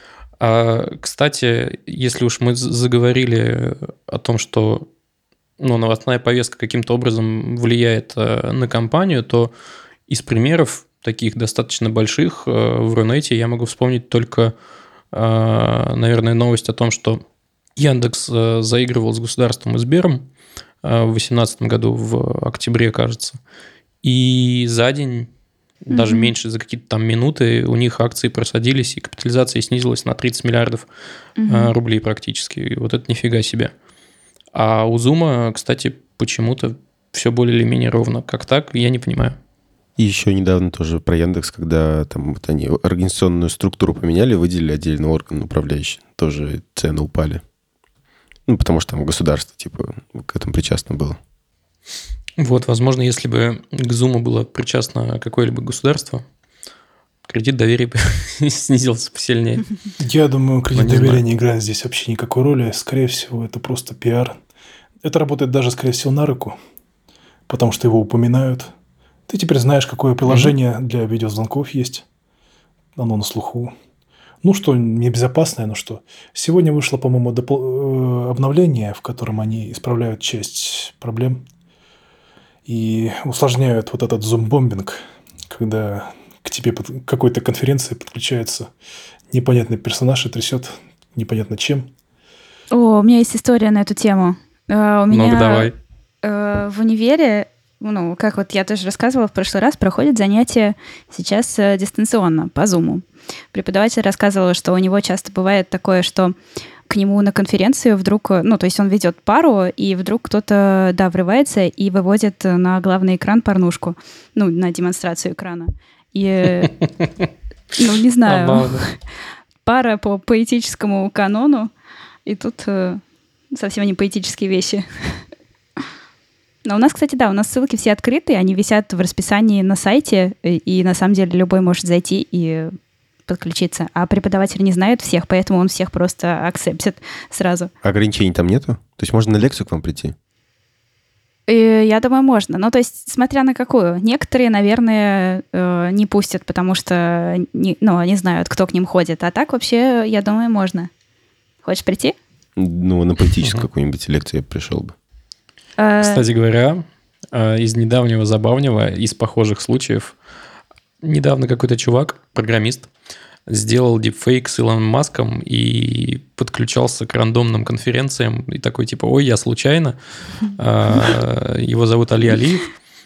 А, кстати, если уж мы з- заговорили о том, что ну, новостная повестка каким-то образом влияет э, на компанию, то из примеров таких достаточно больших э, в Рунете я могу вспомнить только, э, наверное, новость о том, что Яндекс э, заигрывал с государством и Сбером э, в две тысячи восемнадцатом году, в октябре, кажется. И за день, даже Мгм. меньше, за какие-то там минуты, у них акции просадились, и капитализация снизилась на тридцать миллиардов Мгм. э, рублей практически. И вот это нифига себе. А у Зума, кстати, почему-то все более или менее ровно. Как так, я не понимаю. И еще недавно тоже про Яндекс, когда там вот они организационную структуру поменяли, выделили отдельный орган управляющий, тоже цены упали. Ну, потому что там государство, типа, к этому причастно было. Вот, возможно, если бы к Зуму было причастно какое-либо государство, кредит доверия бы снизился посильнее. Я думаю, кредит Ну, не доверия знаю. не играет здесь вообще никакой роли. Скорее всего, это просто пиар. Это работает даже, скорее всего, на руку, потому что его упоминают. Ты теперь знаешь, какое приложение для видеозвонков есть. Оно на слуху. Ну что, небезопасное, но что. Сегодня вышло, по-моему, допол- э, обновление, в котором они исправляют часть проблем и усложняют вот этот зум-бомбинг, когда к тебе под какой-то конференции подключается непонятный персонаж и трясет непонятно чем. О, у меня есть история на эту тему. Э, У Ну-ка, меня давай. э, в универе ну, как вот я тоже рассказывала в прошлый раз, проходят занятия сейчас э, дистанционно, по Zoom. Преподаватель рассказывала, что у него часто бывает такое, что к нему на конференцию вдруг, ну, то есть он ведет пару, и вдруг кто-то, да, врывается и выводит на главный экран порнушку, ну, на демонстрацию экрана. И, ну, не знаю, пара по поэтическому канону, и тут э, совсем не поэтические вещи. Но у нас, кстати, да, у нас ссылки все открыты, они висят в расписании на сайте, и, и на самом деле любой может зайти и подключиться. А преподаватель не знает всех, поэтому он всех просто акцептит сразу. Ограничений там нету? То есть можно на лекцию к вам прийти? И, я думаю, можно. Ну, то есть, смотря на какую. Некоторые, наверное, э, не пустят, потому что не, ну, они знают, кто к ним ходит. А так вообще, я думаю, можно. Хочешь прийти? Ну, на поэтическую какую-нибудь лекцию я пришел бы. Кстати говоря, из недавнего забавного, из похожих случаев, недавно какой-то чувак, программист, сделал дипфейк с Илоном Маском и подключался к рандомным конференциям и такой типа, ой, я случайно. Его зовут Али Алиев.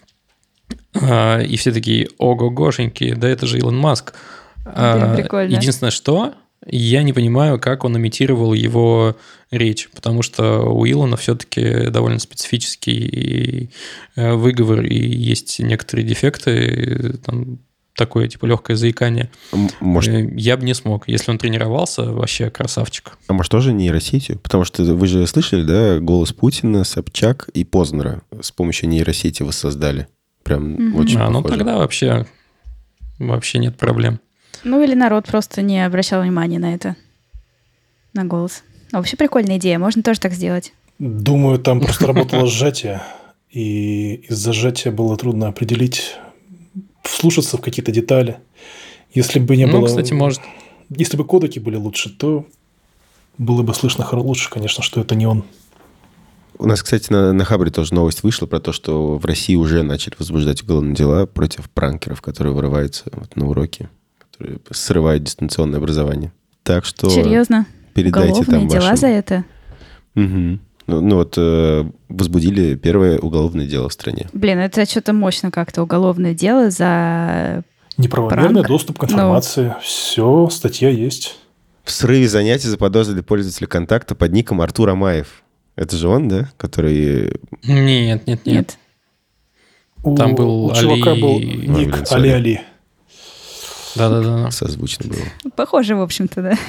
И все такие, ого-гошеньки, да это же Илон Маск. Блин, прикольно. Единственное, что я не понимаю, как он имитировал его речь, потому что у Илона все-таки довольно специфический выговор и есть некоторые дефекты, там такое типа легкое заикание. Может... Я бы не смог. Если он тренировался, вообще красавчик. А может тоже нейросетью? Потому что вы же слышали, да, голос Путина, Собчак и Познера с помощью нейросети воссоздали. Прям mm-hmm. очень а, похоже. Ну тогда вообще, вообще нет проблем. Ну, или народ просто не обращал внимания на это, на голос. А вообще прикольная идея, можно тоже так сделать. Думаю, там просто работало сжатие, и из-за сжатия было трудно определить, вслушаться в какие-то детали. Если бы не ну, было... кстати, может. Если бы кодеки были лучше, то было бы слышно лучше, конечно, что это не он. У нас, кстати, на, на Хабре тоже новость вышла про то, что в России уже начали возбуждать уголовные дела против пранкеров, которые вырываются вот на уроки, которые срывают дистанционное образование. Так что... Серьезно? Передайте уголовные там дела вашим... за это? Угу. Ну, ну вот э, возбудили первое уголовное дело в стране. Блин, это что-то мощно как-то, уголовное дело за... Неправомерный пранк. доступ к информации. Ну... Все, статья есть. В срыве занятий заподозрили пользователя контакта под ником Артур Амаев. Это же он, да? Который... Нет, нет, нет. Нет. Там у, был у Али... чувака был Ой, ник блин, Али-Али. Да-да-да. Созвучно было. Похоже, в общем-то, да.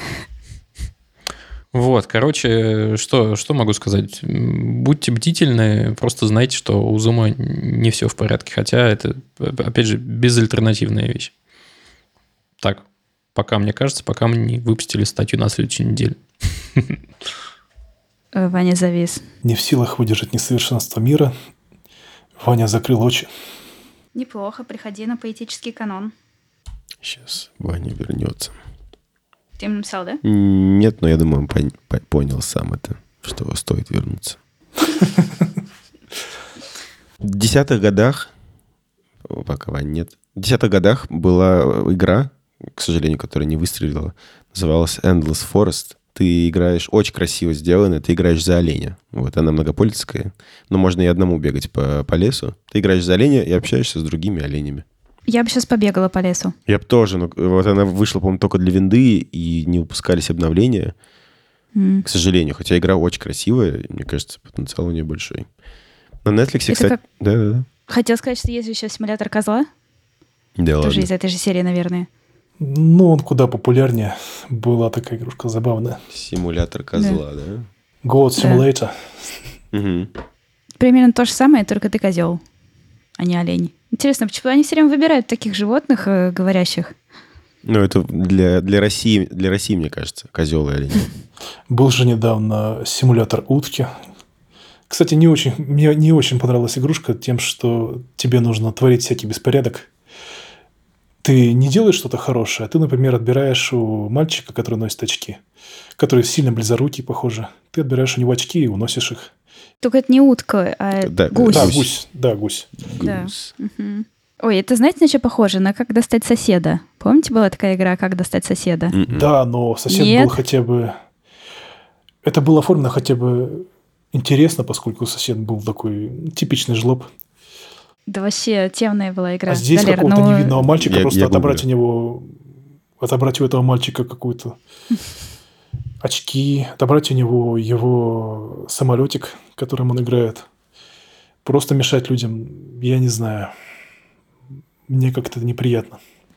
Вот, короче, что, что могу сказать? Будьте бдительны, просто знайте, что у Зума не все в порядке, хотя это, опять же, безальтернативная вещь. Так, пока, мне кажется, пока мы не выпустили статью на следующей неделе. Ваня завис. Не в силах выдержать несовершенство мира, Ваня закрыл очи. Неплохо, приходи на поэтический канон. Сейчас Ваня вернется. Ты им написал, да? Нет, но я думаю, он пон- понял сам это, что стоит вернуться. В десятых годах, пока Вань нет, в десятых годах была игра, к сожалению, которая не выстрелила, называлась Endless Forest. Ты играешь, очень красиво сделано, ты играешь за оленя. Вот, она многопольская, но можно и одному бегать по, по лесу. Ты играешь за оленя и общаешься с другими оленями. Я бы сейчас побегала по лесу. Я бы тоже, но вот она вышла, по-моему, только для винды, и не выпускались обновления, mm. к сожалению. Хотя игра очень красивая, мне кажется, потенциал у нее большой. На Netflix, Это кстати... как... Да, да, да. Хотел сказать, что есть еще симулятор козла. Да, тоже ладно. из этой же серии, наверное. Ну, он куда популярнее. Была такая игрушка забавная. Симулятор козла, да? да? Goat Simulator. Да. Угу. Примерно то же самое, только ты козел, а не олень. Интересно, почему они все время выбирают таких животных э, говорящих? Ну, это для, для, России, для России, мне кажется, козел и олень. Был же недавно симулятор утки. Кстати, не очень, мне не очень понравилась игрушка тем, что тебе нужно творить всякий беспорядок. Ты не делаешь что-то хорошее, а ты, например, отбираешь у мальчика, который носит очки, который сильно близорукий, похоже. Ты отбираешь у него очки и уносишь их. Только это не утка, а Да, гусь. Да, гусь. Да, гусь. Да. Угу. Ой, это знаете, на что похоже? На «Как достать соседа». Помните, была такая игра «Как достать соседа»? Mm-mm. Да, но сосед Нет. был хотя бы... Это было оформлено хотя бы интересно, поскольку сосед был такой типичный жлоб. Да вообще темная была игра. А здесь Валер, какого-то ну, невидного мальчика Я- просто я отобрать гуглю. у него... Отобрать у этого мальчика какую-то очки, отобрать у него его самолетик, которым он играет. Просто мешать людям, я не знаю. Мне как-то неприятно.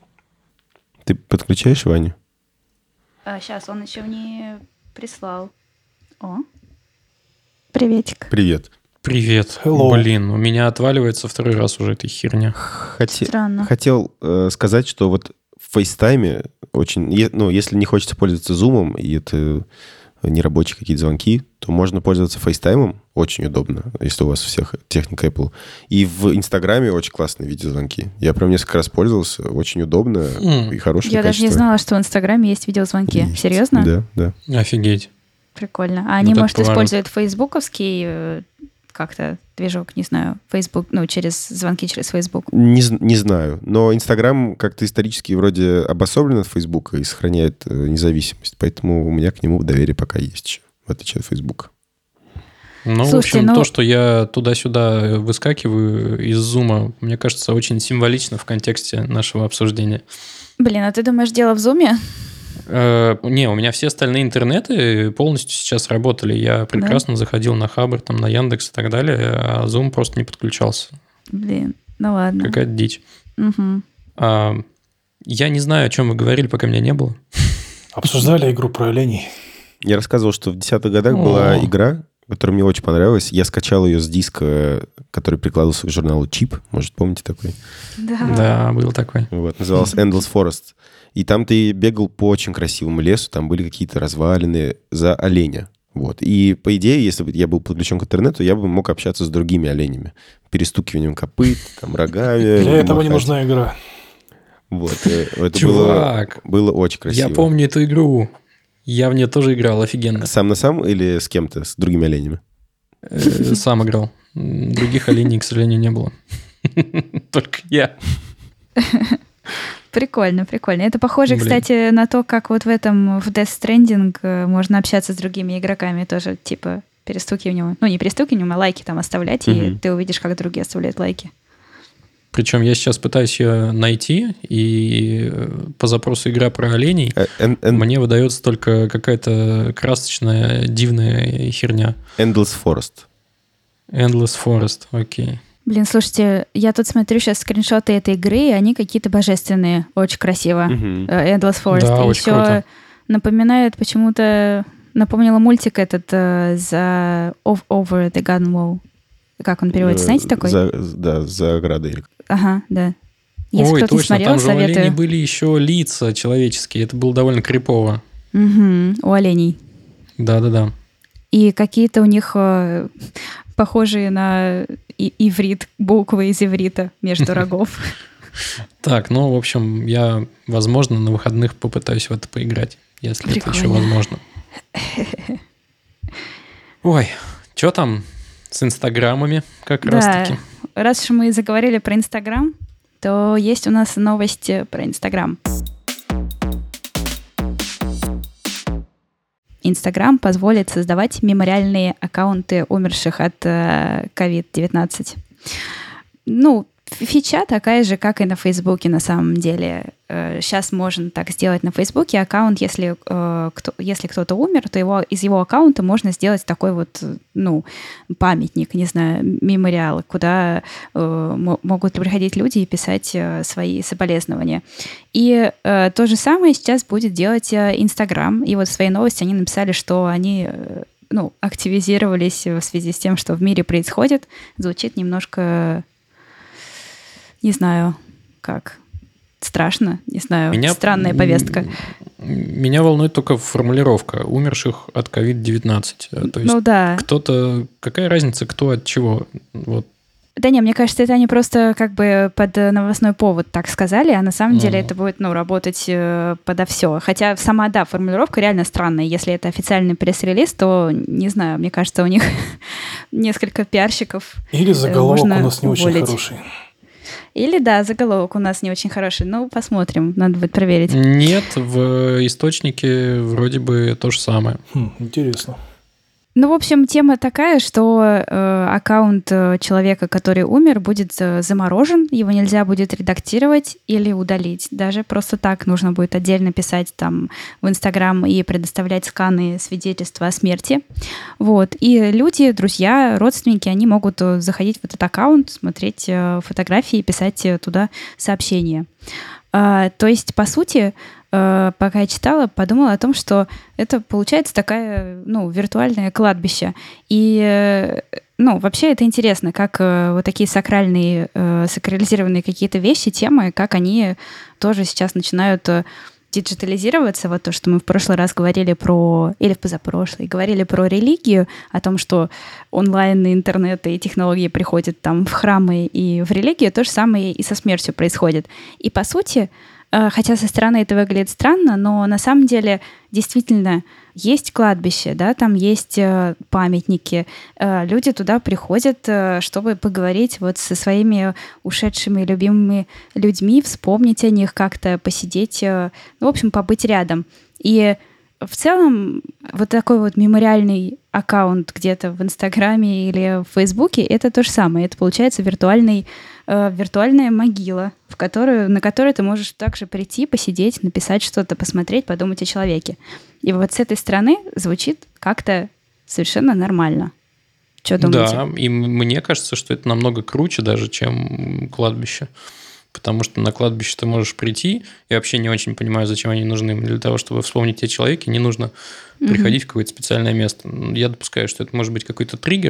Ты подключаешь Ваню? А, сейчас, он еще не прислал. О, приветик. Привет. Привет. Hello. Блин, у меня отваливается второй раз уже эта херня. Хоте- Странно. Хотел э, сказать, что вот в фейстайме очень... е- Ну, если не хочется пользоваться зумом, и это нерабочие какие-то звонки, то можно пользоваться фейстаймом. Очень удобно, если у вас у всех техника Apple. И в Инстаграме очень классные видеозвонки. Я прям несколько раз пользовался. Очень удобно М. и хорошее Я даже качество. не знала, что в Инстаграме есть видеозвонки. Есть. Серьезно? Да, да. Офигеть. Прикольно. А они, Вот это может, поворот. используют фейсбуковский э, как-то движок, не знаю, Facebook, ну, через звонки через Facebook. Не, з- не знаю. Но Инстаграм как-то исторически вроде обособлен от Фейсбука и сохраняет э, независимость. Поэтому у меня к нему доверие пока есть еще, в отличие от Фейсбука. Ну, в Слушайте, общем, ну- то, что я туда-сюда выскакиваю из зума, мне кажется, очень символично в контексте нашего обсуждения. Блин, а ты думаешь, дело в зуме? Э, не, у меня все остальные интернеты полностью сейчас работали. Я прекрасно заходил на Хабр, там, на Яндекс и так далее, а Zoom просто не подключался. Блин, ну ладно. Какая-то дичь. Мгм. А, я не знаю, о чем вы говорили, пока меня не было. Обсуждали игру про оленей. Я рассказывал, что в десятых годах О. была игра, которая мне очень понравилась. Я скачал ее с диска, который прикладывался к журналу Чип. Может, помните такой? Да. Да, был такой. Вот, называлась Endless Forest. И там ты бегал по очень красивому лесу, там были какие-то развалины за оленя. Вот. И, по идее, если бы я был подключен к интернету, я бы мог общаться с другими оленями. Перестукиванием копыт, там, рогами. Для этого не махать. нужна игра. Вот. э, Это было, Чувак, было очень красиво. я помню эту игру. Я в нее тоже играл, офигенно. Сам на сам или с кем-то, с другими оленями? Э, Сам играл. М, Других оленей, к сожалению, не было. Только я. Прикольно, прикольно. Это похоже, Блин. кстати, на то, как вот в этом, в Death Stranding э, можно общаться с другими игроками тоже, типа перестукиванием. Ну, не перестукиванием, а лайки там оставлять, и Мгм. ты увидишь, как другие оставляют лайки. Причем я сейчас пытаюсь ее найти, и э, по запросу «игра про оленей» Э, эн- эн- мне выдается только какая-то красочная, дивная херня. Endless Forest. Endless Forest, окей. Блин, слушайте, я тут смотрю сейчас скриншоты этой игры, и они какие-то божественные. Очень красиво. Мгм. Э, Endless Forest. Да, И очень еще круто. напоминает почему-то... Напомнила мультик этот э, за Ov- Over the Garden Wall. Как он переводится, Э, знаете такой? За, да, за оградой. Ага, да. Если Ой, кто-то не точно, смотрел, там же у оленей советую. были еще лица человеческие, это было довольно крипово. Мгм, у оленей. Да-да-да. И какие-то у них э, похожие на и- иврит, буквы из иврита между рогов. Так, ну, в общем, я, возможно, на выходных попытаюсь в это поиграть, если это еще Прикольно. возможно. Ой, что там с инстаграмами как Да. раз-таки? Раз уж мы заговорили про Инстаграм, то есть у нас новость про Инстаграм. Инстаграм позволит создавать мемориальные аккаунты умерших от э, ковид девятнадцать. Ну, фича такая же, как и на Фейсбуке на самом деле. Сейчас можно так сделать на Фейсбуке. Аккаунт, если, э, кто, если кто-то умер, то его, из его аккаунта можно сделать такой вот, ну, памятник, не знаю, мемориал, куда э, мо- могут приходить люди и писать э, свои соболезнования. И э, то же самое сейчас будет делать э, Инстаграм. И вот в своей новости они написали, что они э, ну, активизировались в связи с тем, что в мире происходит. Звучит немножко, не знаю, как... Страшно, не знаю, Меня- странная повестка. Меня волнует только формулировка умерших от ковид девятнадцать. То есть Ну да. кто-то... Какая разница, кто от чего? Вот. Да не, мне кажется, это они просто как бы под новостной повод так сказали, а на самом деле Мгм. это будет, ну, работать э, подо все. Хотя сама, да, формулировка реально странная. Если это официальный пресс-релиз, то, не знаю, мне кажется, у них несколько пиарщиков. Или заголовок можно у нас не очень уволить. хороший. Или, да, заголовок у нас не очень хороший. Ну, посмотрим, надо будет проверить. Нет, в источнике вроде бы то же самое. Хм, интересно. Ну, в общем, тема такая, что э, аккаунт человека, который умер, будет э, заморожен, его нельзя будет редактировать или удалить. Даже просто так нужно будет отдельно писать там в Инстаграм и предоставлять сканы свидетельства о смерти. Вот. И люди, друзья, родственники, они могут заходить в этот аккаунт, смотреть э, фотографии, писать туда сообщения. Э, то есть, по сути, пока я читала, подумала о том, что это получается такая, ну, виртуальное кладбище. И, ну, вообще это интересно, как вот такие сакральные, сакрализированные какие-то вещи, темы, как они тоже сейчас начинают диджитализироваться. Вот то, что мы в прошлый раз говорили про, или в позапрошлый, говорили про религию, о том, что онлайн, интернет и технологии приходят там в храмы и в религию, то же самое и со смертью происходит. И, по сути, хотя со стороны это выглядит странно, но на самом деле действительно есть кладбище, да, там есть памятники, люди туда приходят, чтобы поговорить вот со своими ушедшими любимыми людьми, вспомнить о них как-то, посидеть, ну, в общем, побыть рядом. И в целом вот такой вот мемориальный аккаунт где-то в Инстаграме или в Фейсбуке — это то же самое. Это получается виртуальный, э, виртуальная могила, в которую, на которую ты можешь также прийти, посидеть, написать что-то, посмотреть, подумать о человеке. И вот с этой стороны звучит как-то совершенно нормально. Что думаете? Да, и мне кажется, что это намного круче даже, чем кладбище. Потому что на кладбище ты можешь прийти. Я вообще не очень понимаю, зачем они нужны. Для того, чтобы вспомнить о человеке, не нужно mm-hmm. приходить в какое-то специальное место. Я допускаю, что это может быть какой-то триггер.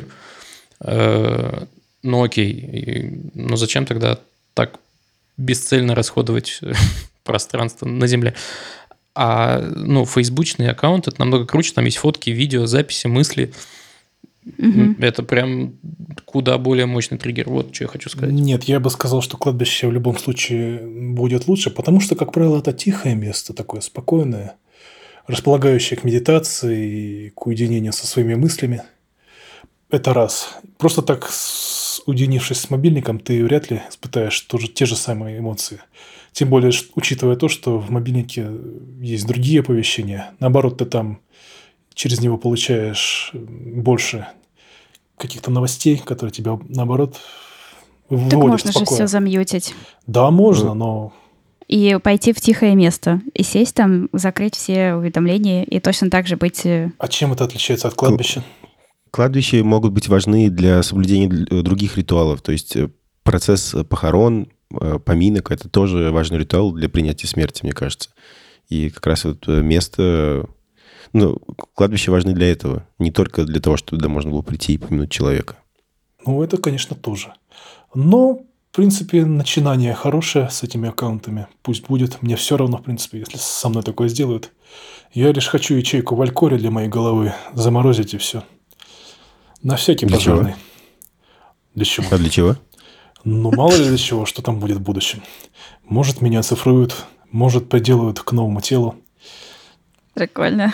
Ну окей. Но зачем тогда так бесцельно расходовать пространство на Земле? А ну, фейсбучный аккаунт – это намного круче. Там есть фотки, видео, записи, мысли. Mm-hmm. Это прям куда более мощный триггер. Вот что я хочу сказать. Нет, я бы сказал, что кладбище в любом случае будет лучше, потому что, как правило, это тихое место, такое спокойное, располагающее к медитации и к уединению со своими мыслями. Это раз. Просто так, уединившись с мобильником, ты вряд ли испытаешь тоже те же самые эмоции. Тем более, учитывая то, что в мобильнике есть другие оповещения. Наоборот, ты там через него получаешь больше каких-то новостей, которые тебя, наоборот, выводят так можно спокойно. же все замьютить. Да, можно, но... И пойти в тихое место, и сесть там, закрыть все уведомления, и точно так же быть... А чем это отличается от кладбища? Кладбища могут быть важны для соблюдения других ритуалов. То есть процесс похорон, поминок – это тоже важный ритуал для принятия смерти, мне кажется. И как раз вот место... Ну, кладбища важны для этого. Не только для того, чтобы туда можно было прийти и помянуть человека. Ну, это, конечно, тоже. Но, в принципе, начинание хорошее с этими аккаунтами. Пусть будет. Мне все равно, в принципе, если со мной такое сделают. Я лишь хочу ячейку в Алькоре для моей головы. Заморозить и все. На всякий для пожарный. Чего? Для чего? А для чего? Ну, мало ли для чего, что там будет в будущем. Может, меня оцифруют. Может, приделают к новому телу. Прикольно.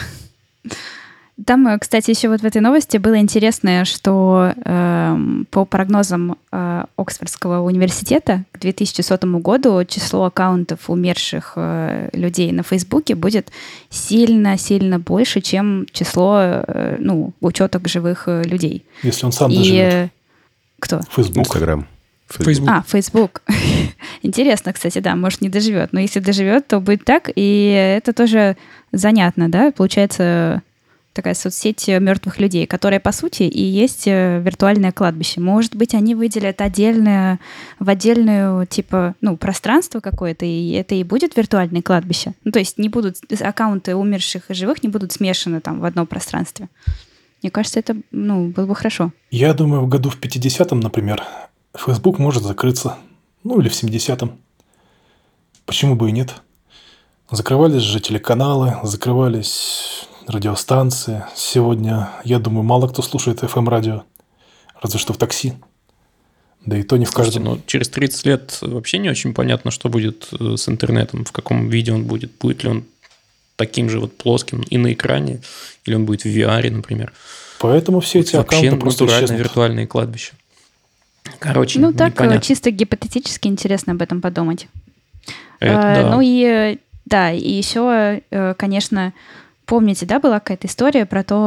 Там, кстати, еще вот в этой новости было интересное, что э, по прогнозам э, Оксфордского университета к две тысячи сотому году число аккаунтов умерших э, людей на Фейсбуке будет сильно-сильно больше, чем число э, ну, учеток живых э, людей. Если он сам И... доживет. Кто? Фейсбук. Инстаграм. Фейсбук. А, Фейсбук. Интересно, кстати, да, может, не доживет. Но если доживет, то будет так. И это тоже занятно, да? Получается такая соцсеть мертвых людей, которая, по сути, и есть виртуальное кладбище. Может быть, они выделят отдельное, в отдельную, типа, ну, пространство какое-то, и это и будет виртуальное кладбище. Ну, то есть не будут аккаунты умерших и живых не будут смешаны там в одном пространстве. Мне кажется, это, ну, было бы хорошо. Я думаю, в году в пятидесятом, например, Facebook может закрыться. Ну, или в семидесятом. Почему бы и нет? Закрывались же телеканалы, закрывались радиостанции. Сегодня, я думаю, мало кто слушает эф эм-радио. Разве что в такси. Да и то не в каждом. Слушайте, ну, через тридцать лет вообще не очень понятно, что будет с интернетом, в каком виде он будет. Будет ли он таким же вот плоским и на экране, или он будет в ви ар, например. Поэтому все эти вообще аккаунты просто исчезнут. виртуальные кладбища. Короче, ну, так непонятно. Чисто гипотетически интересно об этом подумать. Это, а, да. Ну и да, и еще, конечно, помните, да, была какая-то история про то,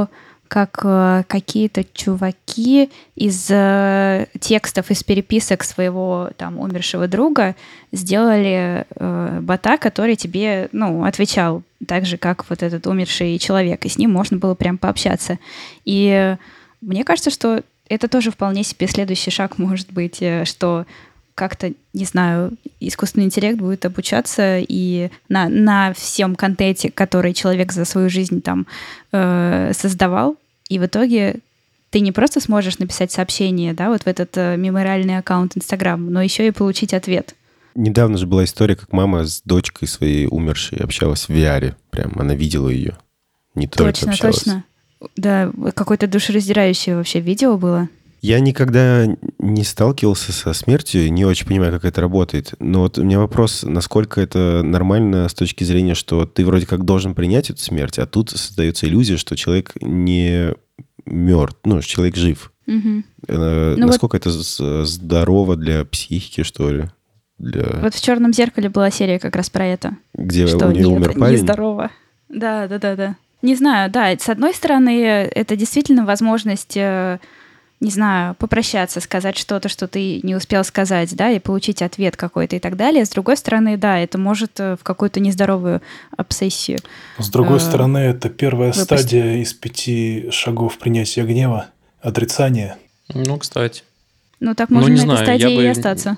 как э, какие-то чуваки из э, текстов, из переписок своего там умершего друга сделали э, бота, который тебе, ну, отвечал так же, как вот этот умерший человек, и с ним можно было прям пообщаться. И э, мне кажется, что это тоже вполне себе следующий шаг может быть, э, что как-то, не знаю, искусственный интеллект будет обучаться и на, на всем контенте, который человек за свою жизнь там э, создавал, и в итоге ты не просто сможешь написать сообщение, да, вот в этот э, мемориальный аккаунт Инстаграм, но еще и получить ответ. Недавно же была история, как мама с дочкой своей умершей общалась в ви ар. Прям она видела ее. Не только точно, общалась. Точно, точно. Да, какое-то душераздирающее вообще видео было. Я никогда не сталкивался со смертью, не очень понимаю, как это работает. Но вот у меня вопрос, насколько это нормально с точки зрения, что ты вроде как должен принять эту смерть, а тут создается иллюзия, что человек не мертв, ну, что человек жив. Угу. Э, ну насколько вот... это здорово для психики, что ли? Для... Вот в «Черном зеркале» была серия как раз про это. Где что у нее умер парень? Нездорово. Да, да, да, да. Не знаю, да, с одной стороны, это действительно возможность... не знаю, попрощаться, сказать что-то, что ты не успел сказать, да, и получить ответ какой-то и так далее. С другой стороны, да, это может в какую-то нездоровую обсессию. С другой э- стороны, это первая выпустить. стадия из пяти шагов принятия гнева, отрицания. Ну, кстати. Ну, так можно ну, на знаю, этой стадии бы... и остаться.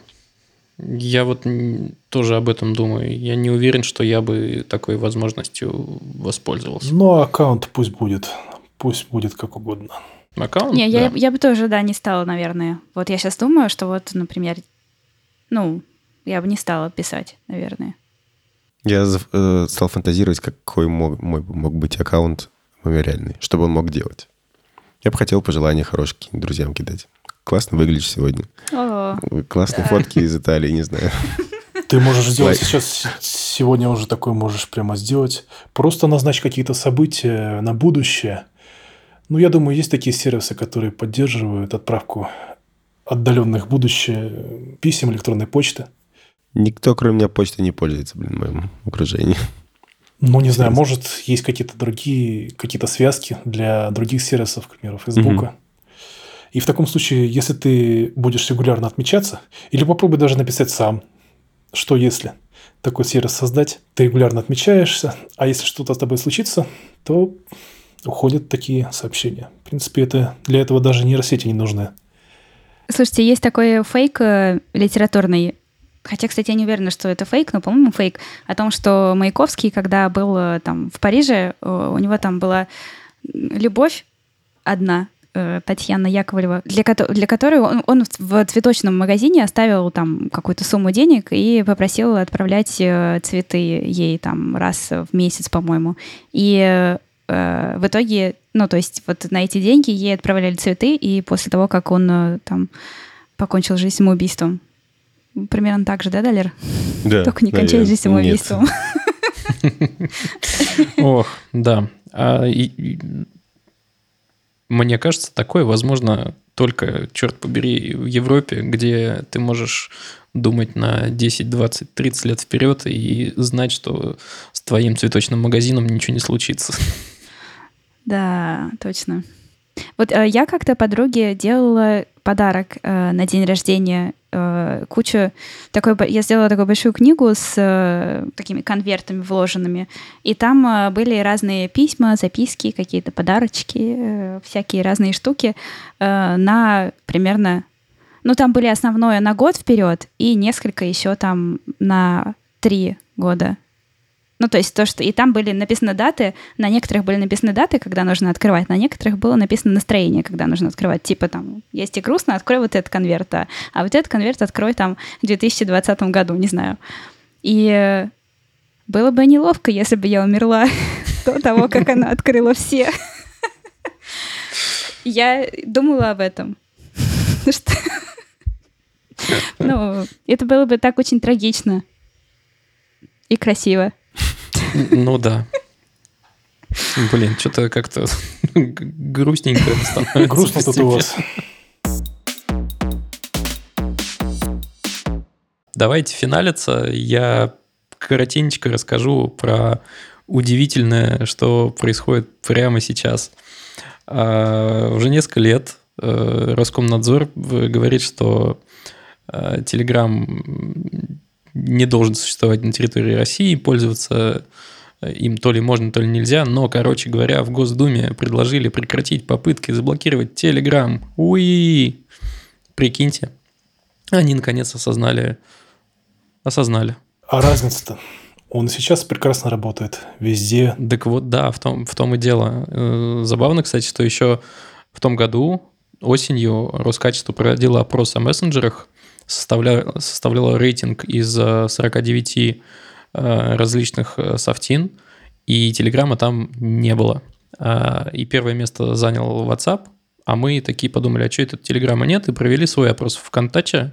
Я вот тоже об этом думаю. Я не уверен, что я бы такой возможностью воспользовался. Ну, аккаунт пусть будет. Пусть будет как угодно. Аккаунт? Не, да. я, я бы тоже, да, не стала, наверное. Вот я сейчас думаю, что вот, например, ну, я бы не стала писать, наверное. Я э, стал фантазировать, какой мог, мой, мог быть аккаунт мемориальный, что бы он мог делать. Я бы хотел пожелания хорошие каким-нибудь друзьям кидать. Классно выглядишь сегодня. О, Классные да. фотки из Италии, не знаю. Ты можешь сделать сейчас, сегодня уже такое можешь прямо сделать. Просто назначь какие-то события на будущее. Ну, я думаю, есть такие сервисы, которые поддерживают отправку отдаленных будущее писем, электронной почты. Никто, кроме меня, почтой не пользуется, блин, в моем окружении. Ну, не знаю, может, есть какие-то другие, какие-то связки для других сервисов, к примеру, Фейсбука. Mm-hmm. И в таком случае, если ты будешь регулярно отмечаться, или попробуй даже написать сам, что если такой сервис создать, ты регулярно отмечаешься, а если что-то с тобой случится, то уходят такие сообщения. В принципе, это, для этого даже нейросети не нужны. Слушайте, есть такой фейк литературный, хотя, кстати, я не уверена, что это фейк, но, по-моему, фейк, о том, что Маяковский, когда был там в Париже, у него там была любовь одна, Татьяна Яковлева, для, ко- для которой он, он в цветочном магазине оставил там какую-то сумму денег и попросил отправлять цветы ей там раз в месяц, по-моему. И э, в итоге, ну, то есть вот на эти деньги ей отправляли цветы, и после того, как он там покончил жизнь самоубийством. Примерно так же, да, Далер? Да. Только не кончай жизнь самоубийством. Ох, да. Мне кажется, такое возможно только, черт побери, в Европе, где ты можешь думать на десять, двадцать, тридцать лет вперед и знать, что с твоим цветочным магазином ничего не случится. Да, точно. Вот э, я как-то подруге делала подарок э, на день рождения, э, кучу такой, я сделала такую большую книгу с э, такими конвертами вложенными, и там э, были разные письма, записки, какие-то подарочки, э, всякие разные штуки э, на примерно, ну там были основное на год вперед и несколько еще там на три года. Ну, то есть то, что... И там были написаны даты, на некоторых были написаны даты, когда нужно открывать, на некоторых было написано настроение, когда нужно открывать. Типа там, если тебе грустно, открой вот этот конверт, а, а вот этот конверт открой там в две тысячи двадцатом году, не знаю. И было бы неловко, если бы я умерла до того, как она открыла все. Я думала об этом. Ну, это было бы так очень трагично и красиво. Ну да. Блин, что-то как-то грустненько становится. Грустно тут у вас. Давайте финалиться. Я коротенько расскажу про удивительное, что происходит прямо сейчас. А уже несколько лет Роскомнадзор говорит, что Telegram не должен существовать на территории России, пользоваться им то ли можно, то ли нельзя, но, короче говоря, в Госдуме предложили прекратить попытки заблокировать Telegram. Уи! Прикиньте. Они, наконец, осознали. Осознали. А разница-то? Он и сейчас прекрасно работает везде. Так вот, да, в том, в том и дело. Забавно, кстати, что еще в том году осенью Роскачество проводило опрос о мессенджерах, составля... составляло рейтинг из сорок девять различных софтин, и Телеграма там не было. И первое место занял WhatsApp, а мы такие подумали, а что это Телеграма нет, и провели свой опрос в ВКонтаче,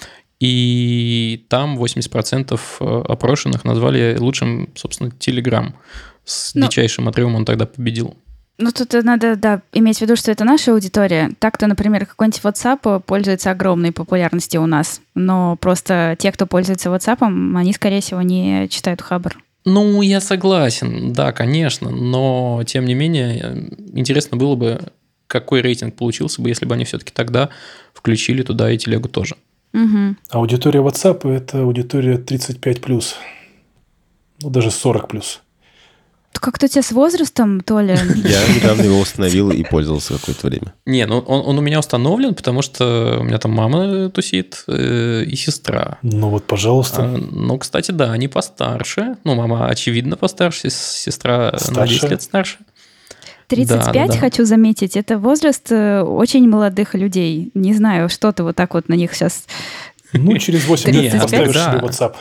и там восемьдесят процентов опрошенных назвали лучшим, собственно, Телеграм. С Но... дичайшим отрывом он тогда победил. Ну, тут надо, да, иметь в виду, что это наша аудитория. Так-то, например, какой-нибудь WhatsApp пользуется огромной популярностью у нас, но просто те, кто пользуется WhatsApp, они, скорее всего, не читают Хабр. Ну, я согласен, да, конечно, но, тем не менее, интересно было бы, какой рейтинг получился бы, если бы они все-таки тогда включили туда и телегу тоже. Угу. Аудитория WhatsApp – это аудитория тридцать пять плюс, ну, даже сорок плюс. Как-то у тебя с возрастом, Толя? Я недавно его установил и пользовался какое-то время. Не, ну он, он у меня установлен, потому что у меня там мама тусит э, и сестра. Ну вот, пожалуйста. А, ну, кстати, да, они постарше. Ну, мама, очевидно, постарше, сестра старше. На десять лет старше. тридцать пять, да, да, хочу заметить, это возраст очень молодых людей. Не знаю, что ты вот так вот на них сейчас... Ну, через восемь лет поставишь себе WhatsApp.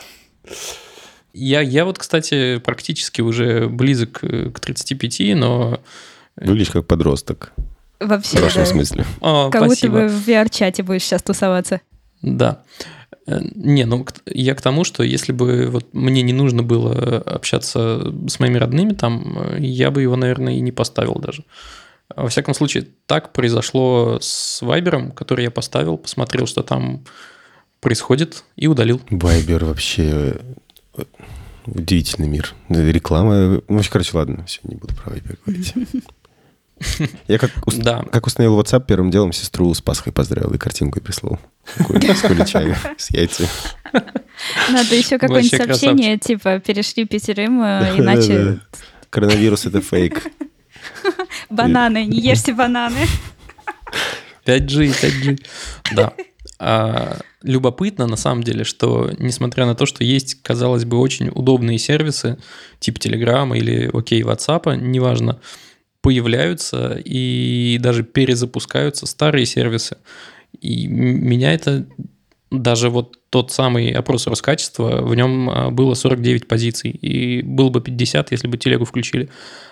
Я, я вот, кстати, практически уже близок к тридцати пяти, но... Выглядишь как подросток. Вообще, в хорошем да. смысле. О, как спасибо. будто бы в ви ар-чате будешь сейчас тусоваться. Да. Не, ну я к тому, что если бы вот мне не нужно было общаться с моими родными там, я бы его, наверное, и не поставил даже. Во всяком случае, так произошло с Вайбером, который я поставил, посмотрел, что там происходит, и удалил. Вайбер вообще... Удивительный мир. Реклама... Ну, короче, ладно, все, не буду про Вайбер говорить. Я как, уст... да. как установил WhatsApp, первым делом сестру с Пасхой поздравил и картинку ей прислал. С куличами, с яйцами. Надо еще какое-нибудь сообщение, типа, перешли пятерым, иначе... Коронавирус — это фейк. Бананы, не ешьте бананы. пять джи, пять джи. Да. А, любопытно, на самом деле, что, несмотря на то, что есть, казалось бы, очень удобные сервисы, типа Telegram или окей, WhatsApp, неважно, появляются и даже перезапускаются старые сервисы. И меня это... Даже вот тот самый опрос Роскачества, в нем было сорок девять позиций, и было бы пятьдесят, если бы телегу включили.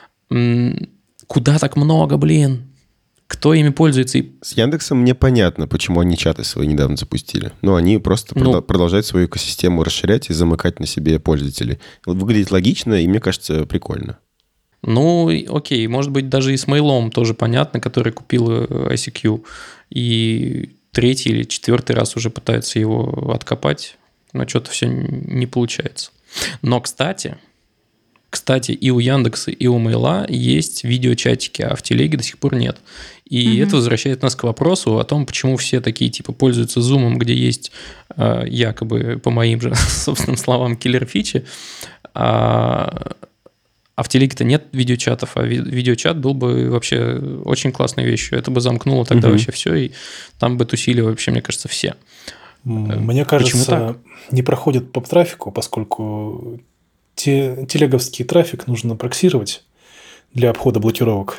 Куда так много, блин? Кто ими пользуется? С Яндексом мне понятно, почему они чаты свои недавно запустили. Но они просто ну, продолжают свою экосистему расширять и замыкать на себе пользователей. Выглядит логично, и мне кажется, прикольно. Ну, окей, может быть, даже и с Mail.com тоже понятно, который купил ай си кью. И третий или четвертый раз уже пытаются его откопать, но что-то все не получается. Но, кстати... Кстати, и у Яндекса, и у Мейла есть видеочатики, а в телеге до сих пор нет. И mm-hmm. это возвращает нас к вопросу о том, почему все такие типа пользуются Zoom, где есть э, якобы, по моим же собственным словам, киллер-фичи, а, а в телеге-то нет видеочатов, а ви- видеочат был бы вообще очень классной вещью. Это бы замкнуло тогда mm-hmm. вообще все, и там бы тусили вообще, мне кажется, все. Мне кажется, не проходит по трафику, поскольку... телеговский трафик нужно проксировать для обхода блокировок.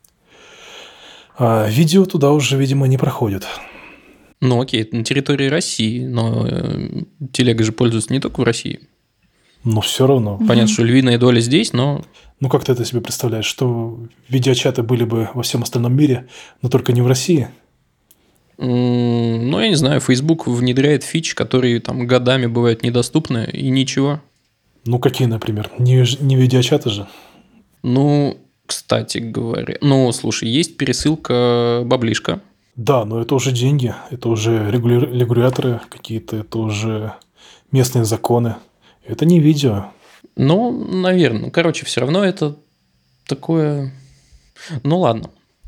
А видео туда уже, видимо, не проходит. Ну, окей, на территории России, но телега же пользуется не только в России. Но все равно. Понятно, mm-hmm. что львиная доля здесь, но... Ну, как ты это себе представляешь, что видеочаты были бы во всем остальном мире, но только не в России? Mm, ну, я не знаю, Facebook внедряет фичи, которые там годами бывают недоступны, и ничего. Ну, какие, например? Не, не видеочаты же. Ну, кстати говоря... Ну, слушай, есть пересылка баблишка. Да, но это уже деньги. Это уже регуля... регуляторы какие-то. Это уже местные законы. Это не видео. Ну, наверное. Короче, все равно это такое... Ну, ладно.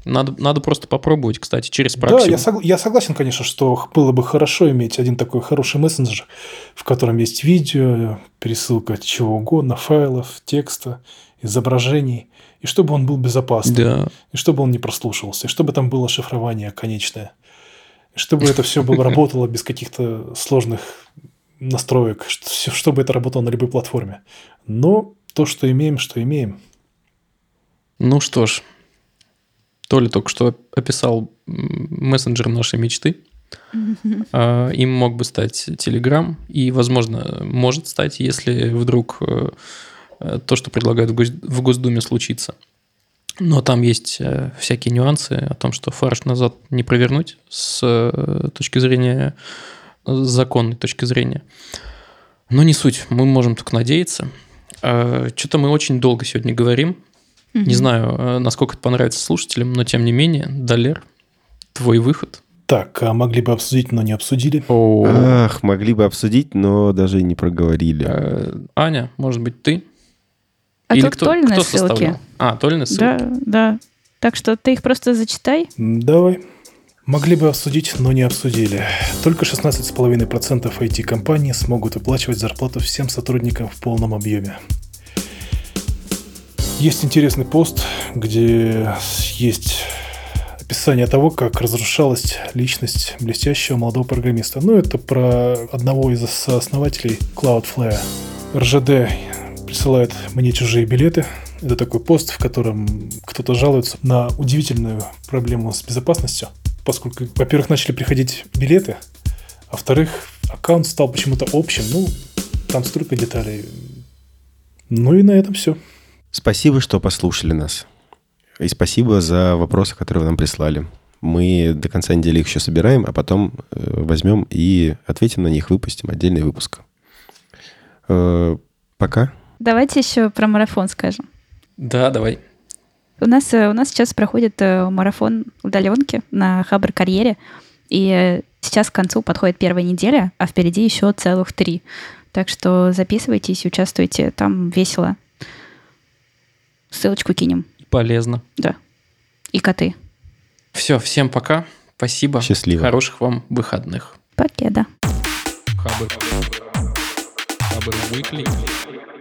Надо, надо просто попробовать, кстати, через практику. Да, я, сог, я согласен, конечно, что было бы хорошо иметь один такой хороший мессенджер, в котором есть видео, пересылка чего угодно, файлов, текста, изображений, и чтобы он был безопасным, да. и чтобы он не прослушивался, и чтобы там было шифрование конечное, и чтобы это все было работало без каких-то сложных настроек, чтобы это работало на любой платформе. Но то, что имеем, что имеем. Ну что ж, Толя только что описал мессенджер нашей мечты. Mm-hmm. Им мог бы стать Telegram, и, возможно, может стать, если вдруг то, что предлагают в Госдуме, случится. Но там есть всякие нюансы о том, что фарш назад не провернуть с точки зрения, с законной точки зрения. Но не суть, мы можем только надеяться. Что-то мы очень долго сегодня говорим. Mm-hmm. Не знаю, насколько это понравится слушателям, но тем не менее, Далер, твой выход. Так, а могли бы обсудить, но не обсудили. О. Ах, могли бы обсудить, но даже и не проговорили. А, Аня, может быть, ты? А Или тут кто, Толины кто ссылки. Составлял? А, Толины ссылки. Да, да. Так что ты их просто зачитай. Давай. Могли бы обсудить, но не обсудили. Только шестнадцать целых пять десятых процента ай ти-компаний смогут выплачивать зарплату всем сотрудникам в полном объеме. Есть интересный пост, где есть описание того, как разрушалась личность блестящего молодого программиста. Ну, это про одного из сооснователей Cloudflare. эр жэ дэ присылает мне чужие билеты. Это такой пост, в котором кто-то жалуется на удивительную проблему с безопасностью, поскольку, во-первых, начали приходить билеты, а во-вторых, аккаунт стал почему-то общим. Ну, там столько деталей. Ну и на этом все. Спасибо, что послушали нас. И спасибо за вопросы, которые вы нам прислали. Мы до конца недели их еще собираем, а потом возьмем и ответим на них, выпустим отдельный выпуск. Пока. Давайте еще про марафон скажем. Да, давай. У нас, у нас сейчас проходит марафон удаленки на Хабр Карьере, и сейчас к концу подходит первая неделя, а впереди еще целых три. Так что записывайтесь, участвуйте, там весело. Ссылочку кинем. Полезно. Да. И коты. Все, всем пока. Спасибо. Счастливо. Хороших вам выходных. Покеда. Хабр. Хабр Weekly.